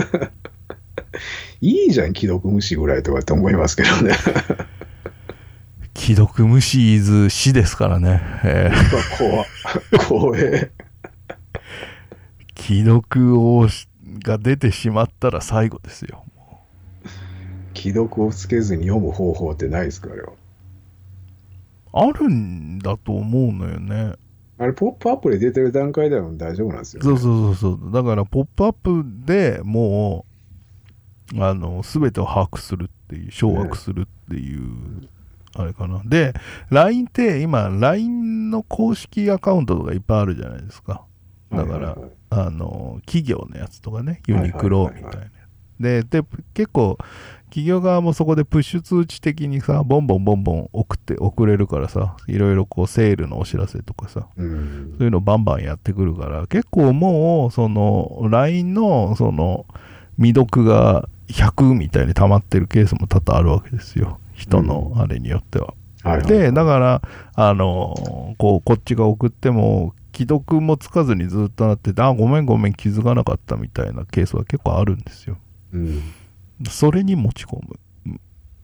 いいじゃん既読無視ぐらいとかって思いますけどね既読無視イズ死ですからね。えー、怖怖え。 既読をが出てしまったら最後ですよ。 既読をつけずに読む方法ってないですかよ。 あるんだと思うのよね。 あれポップアップで出てる段階では大丈夫なんですよ、ね。 そうそうそうそう。だからポップアップでもうあの全てを把握するっていう掌握するっていう。ねあれかな。で、ライン って今、ライン の公式アカウントとかいっぱいあるじゃないですか。だから、はいはいはい、あの、企業のやつとかね、ユニクロみたいな。はいはいはいはい、で、で、結構、企業側もそこでプッシュ通知的にさ、ボンボンボンボン送って、送れるからさ、いろいろこう、セールのお知らせとかさ、うん、そういうのバンバンやってくるから、結構もう、その、ライン の、その、未読がひゃくみたいに溜まってるケースも多々あるわけですよ。人のあれによっては。うんはいはいはい、で、だから、あの、こう、こっちが送っても、既読もつかずにずっとなってて、あ、ごめんごめん気づかなかったみたいなケースは結構あるんですよ。うん、それに持ち込む。うん、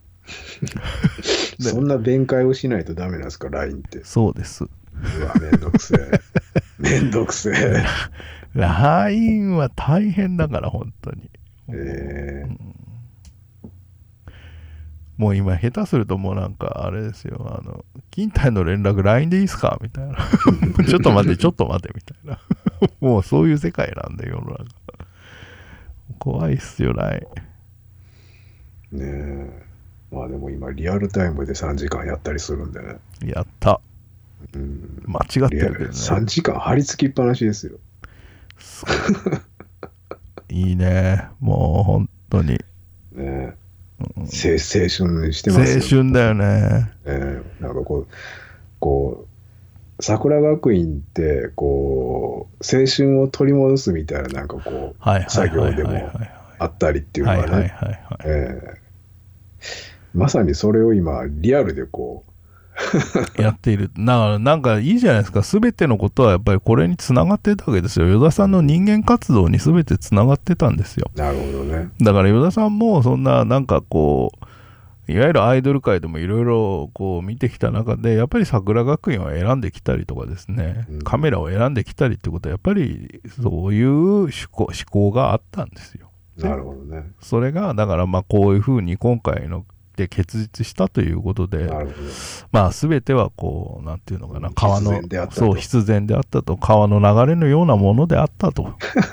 そんな弁解をしないとダメなんですか、ライン って。 そうです。 うわ、めんどくせえ。めんどくせえ。 ライン は大変だから、本当に。 えーうんもう今下手するともうなんかあれですよ、あの勤怠の連絡 ライン でいいっすかみたいなちょっと待ってちょっと待ってみたいなもうそういう世界なんで世の中怖いっすよ ライねえ。まあでも今リアルタイムでさんじかんやったりするんでね。 ンやった、 うん、 間違ってるけどね。 さんじかん張り付きっぱなしですよ。 いいね、もう本当にねえ、 うん、 青春してますよ。青春だよね。 えー、なんかこう、こう、桜学院ってこう青春を取り戻すみたいななんかこう作業でもあったりっていうのがね、まさにそれを今リアルでこうやっている。だからなんかいいじゃないですか。全てのことはやっぱりこれにつながってたわけですよ。与田さんの人間活動に全てつながってたんですよ。 なるほどね。 だから与田さんもそんななんかこういわゆるアイドル界でもいろいろこう見てきた中でやっぱり桜学院を選んできたりとかですね、うん、カメラを選んできたりってことはやっぱりそういう思考、思考があったんですよ。 なるほどね。 それがだからまあこういうふうに今回ので結実したということで、 なるほど、 まあ全てはこうなんていうのかな、川のそう必然であったと、川の流れのようなものであったと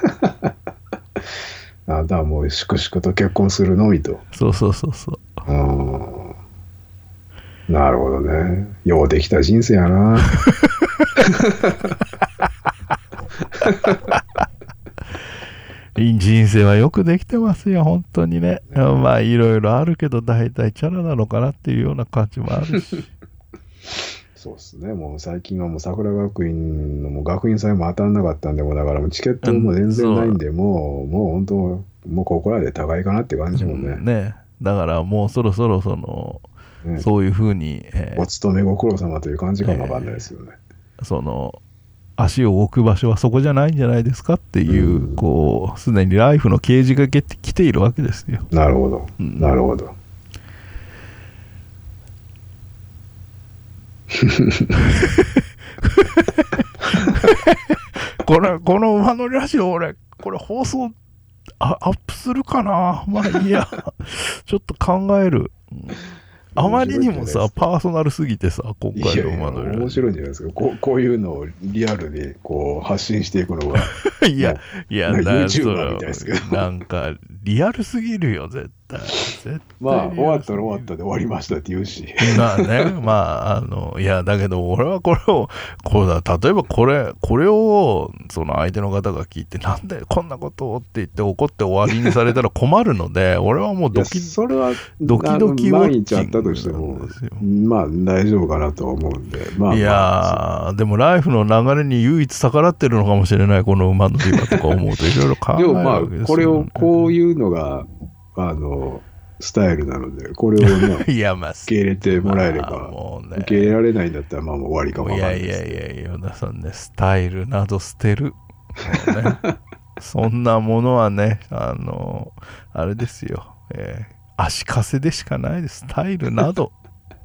あだからもう粛々と結婚するのみと。 そうそうそうそう。 うん、なるほどね。ようできた人生やな。 人生はよくできてますよ本当にね。ね、まあいろいろあるけど大体チャラなのかなっていうような感じもあるし。 そうですね。もう最近はもう桜学院のもう学院祭も当たんなかったんで、もうだからもうチケットも全然ないんで、うん、もうもう本当もうここらで高いかなって感じもね。 うん、ね。だからもうそろそろその、ね、そういうふうに、 えー、お勤めご苦労様という感じかもわかんないですよね。 えー、その足を置く場所はそこじゃないんじゃないですかっていう、うん、こうすでにライフの啓示が来ているわけですよ。 なるほど、うん、なるほど。 これこの馬乗りラジオ俺これ放送あアップするかな。まあいいやちょっと考える。あまりにもさパーソナルすぎてさ今回の馬乗りラジオ面白いんじゃないですか。こう、こういうのをリアルでこう発信していくのがいやいやなんか YouTuber みたいですけどなんかリアルすぎるよ絶対。絶対まあ終わったら終わったで終わりましたって言うしまあねまああのいやだけど俺はこれをこれだ例えばこれこれをその相手の方が聞いてなんでこんなことをって言って怒って終わりにされたら困るので俺はもうドキそれはドキドキウォッチングとしてもまあ大丈夫かなとは思うんで、まあまあ、 いやーでもライフの流れに唯一逆らってるのかもしれないこの馬のリバとか思うといろいろ考えるわけですよ、ね、でもまあこれをこういうのがあのスタイルなのでこれをねいや、まあ、 受け入れてもらえれば、まあもうね、受け入れられないんだったらまあもう終わりかもわかんないです。 いやいやいやいや与田さんねスタイルなど捨てる、ね、そんなものはねあのあれですよ、えー、足かせでしかないですスタイルなど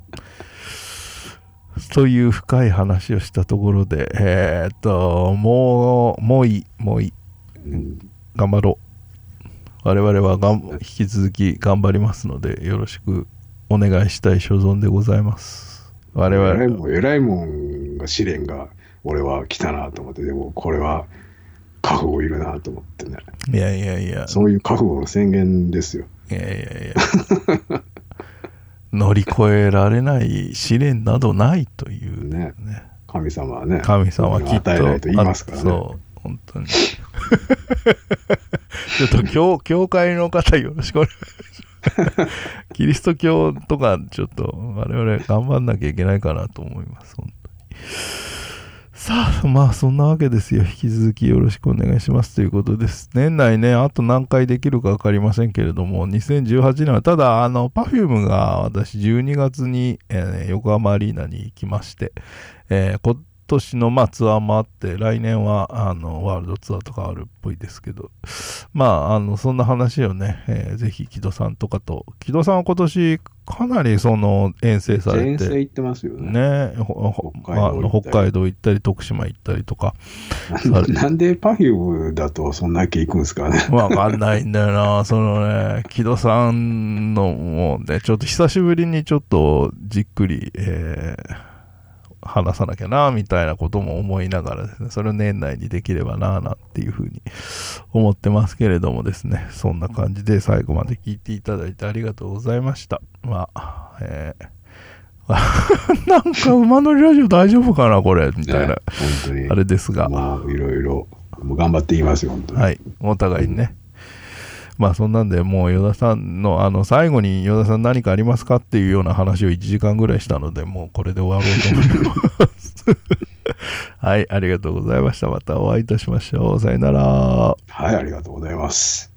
という深い話をしたところでえー、っともうもういいもういい、うん、頑張ろう。我々はがん引き続き頑張りますのでよろしくお願いしたい所存でございます。我々 偉いもん偉いもんが試練が俺は来たなと思って、でもこれは覚悟いるなと思ってね。 いやいやいやそういう覚悟の宣言ですよ。 いやいやいや乗り越えられない試練などないというね、 ね神様はね神様はきっと与えないと言いますからね。 そう本当にちょっと教教会の方よろしくお願いしますキリスト教とかちょっと我々頑張んなきゃいけないかなと思います本当に。さあまあそんなわけですよ。引き続きよろしくお願いしますということです。年内ねあと何回できるか分かりませんけれどもにせんじゅうはちねんはただあの Perfume が私じゅうにがつに、えー、横浜アリーナに行きまして、えー、今年のまあツアーもあって来年はあのワールドツアーとかあるっぽいですけどまああのそんな話をね、えー、ぜひ木戸さんとかと木戸さんは今年かなりその遠征されて。 遠征行ってますよね。 ね、北海道行ったり、北海道行ったり徳島行ったりとか。 なんで Perfume だとそんだけ行くんですかね。 わかんないんだよな。そのね、木戸さんのもうね、ちょっと久しぶりにちょっとじっくり、えー話さなきゃなみたいなことも思いながらですね、それを年内にできればななんていうふうに思ってますけれどもですね、そんな感じで最後まで聞いていただいてありがとうございました。まあ、えー、なんか馬乗りラジオ大丈夫かなこれみたいな、ね、 本当にあれですが、 もういろいろもう頑張って言いますよ本当に。 はい、お互いにね。まあそんなんでもう与田さんのあの最後に与田さん何かありますかっていうような話をいちじかんぐらいしたので、もうこれで終わろうと思いますはい、ありがとうございました。またお会いいたしましょう。さよなら。 はい、ありがとうございます。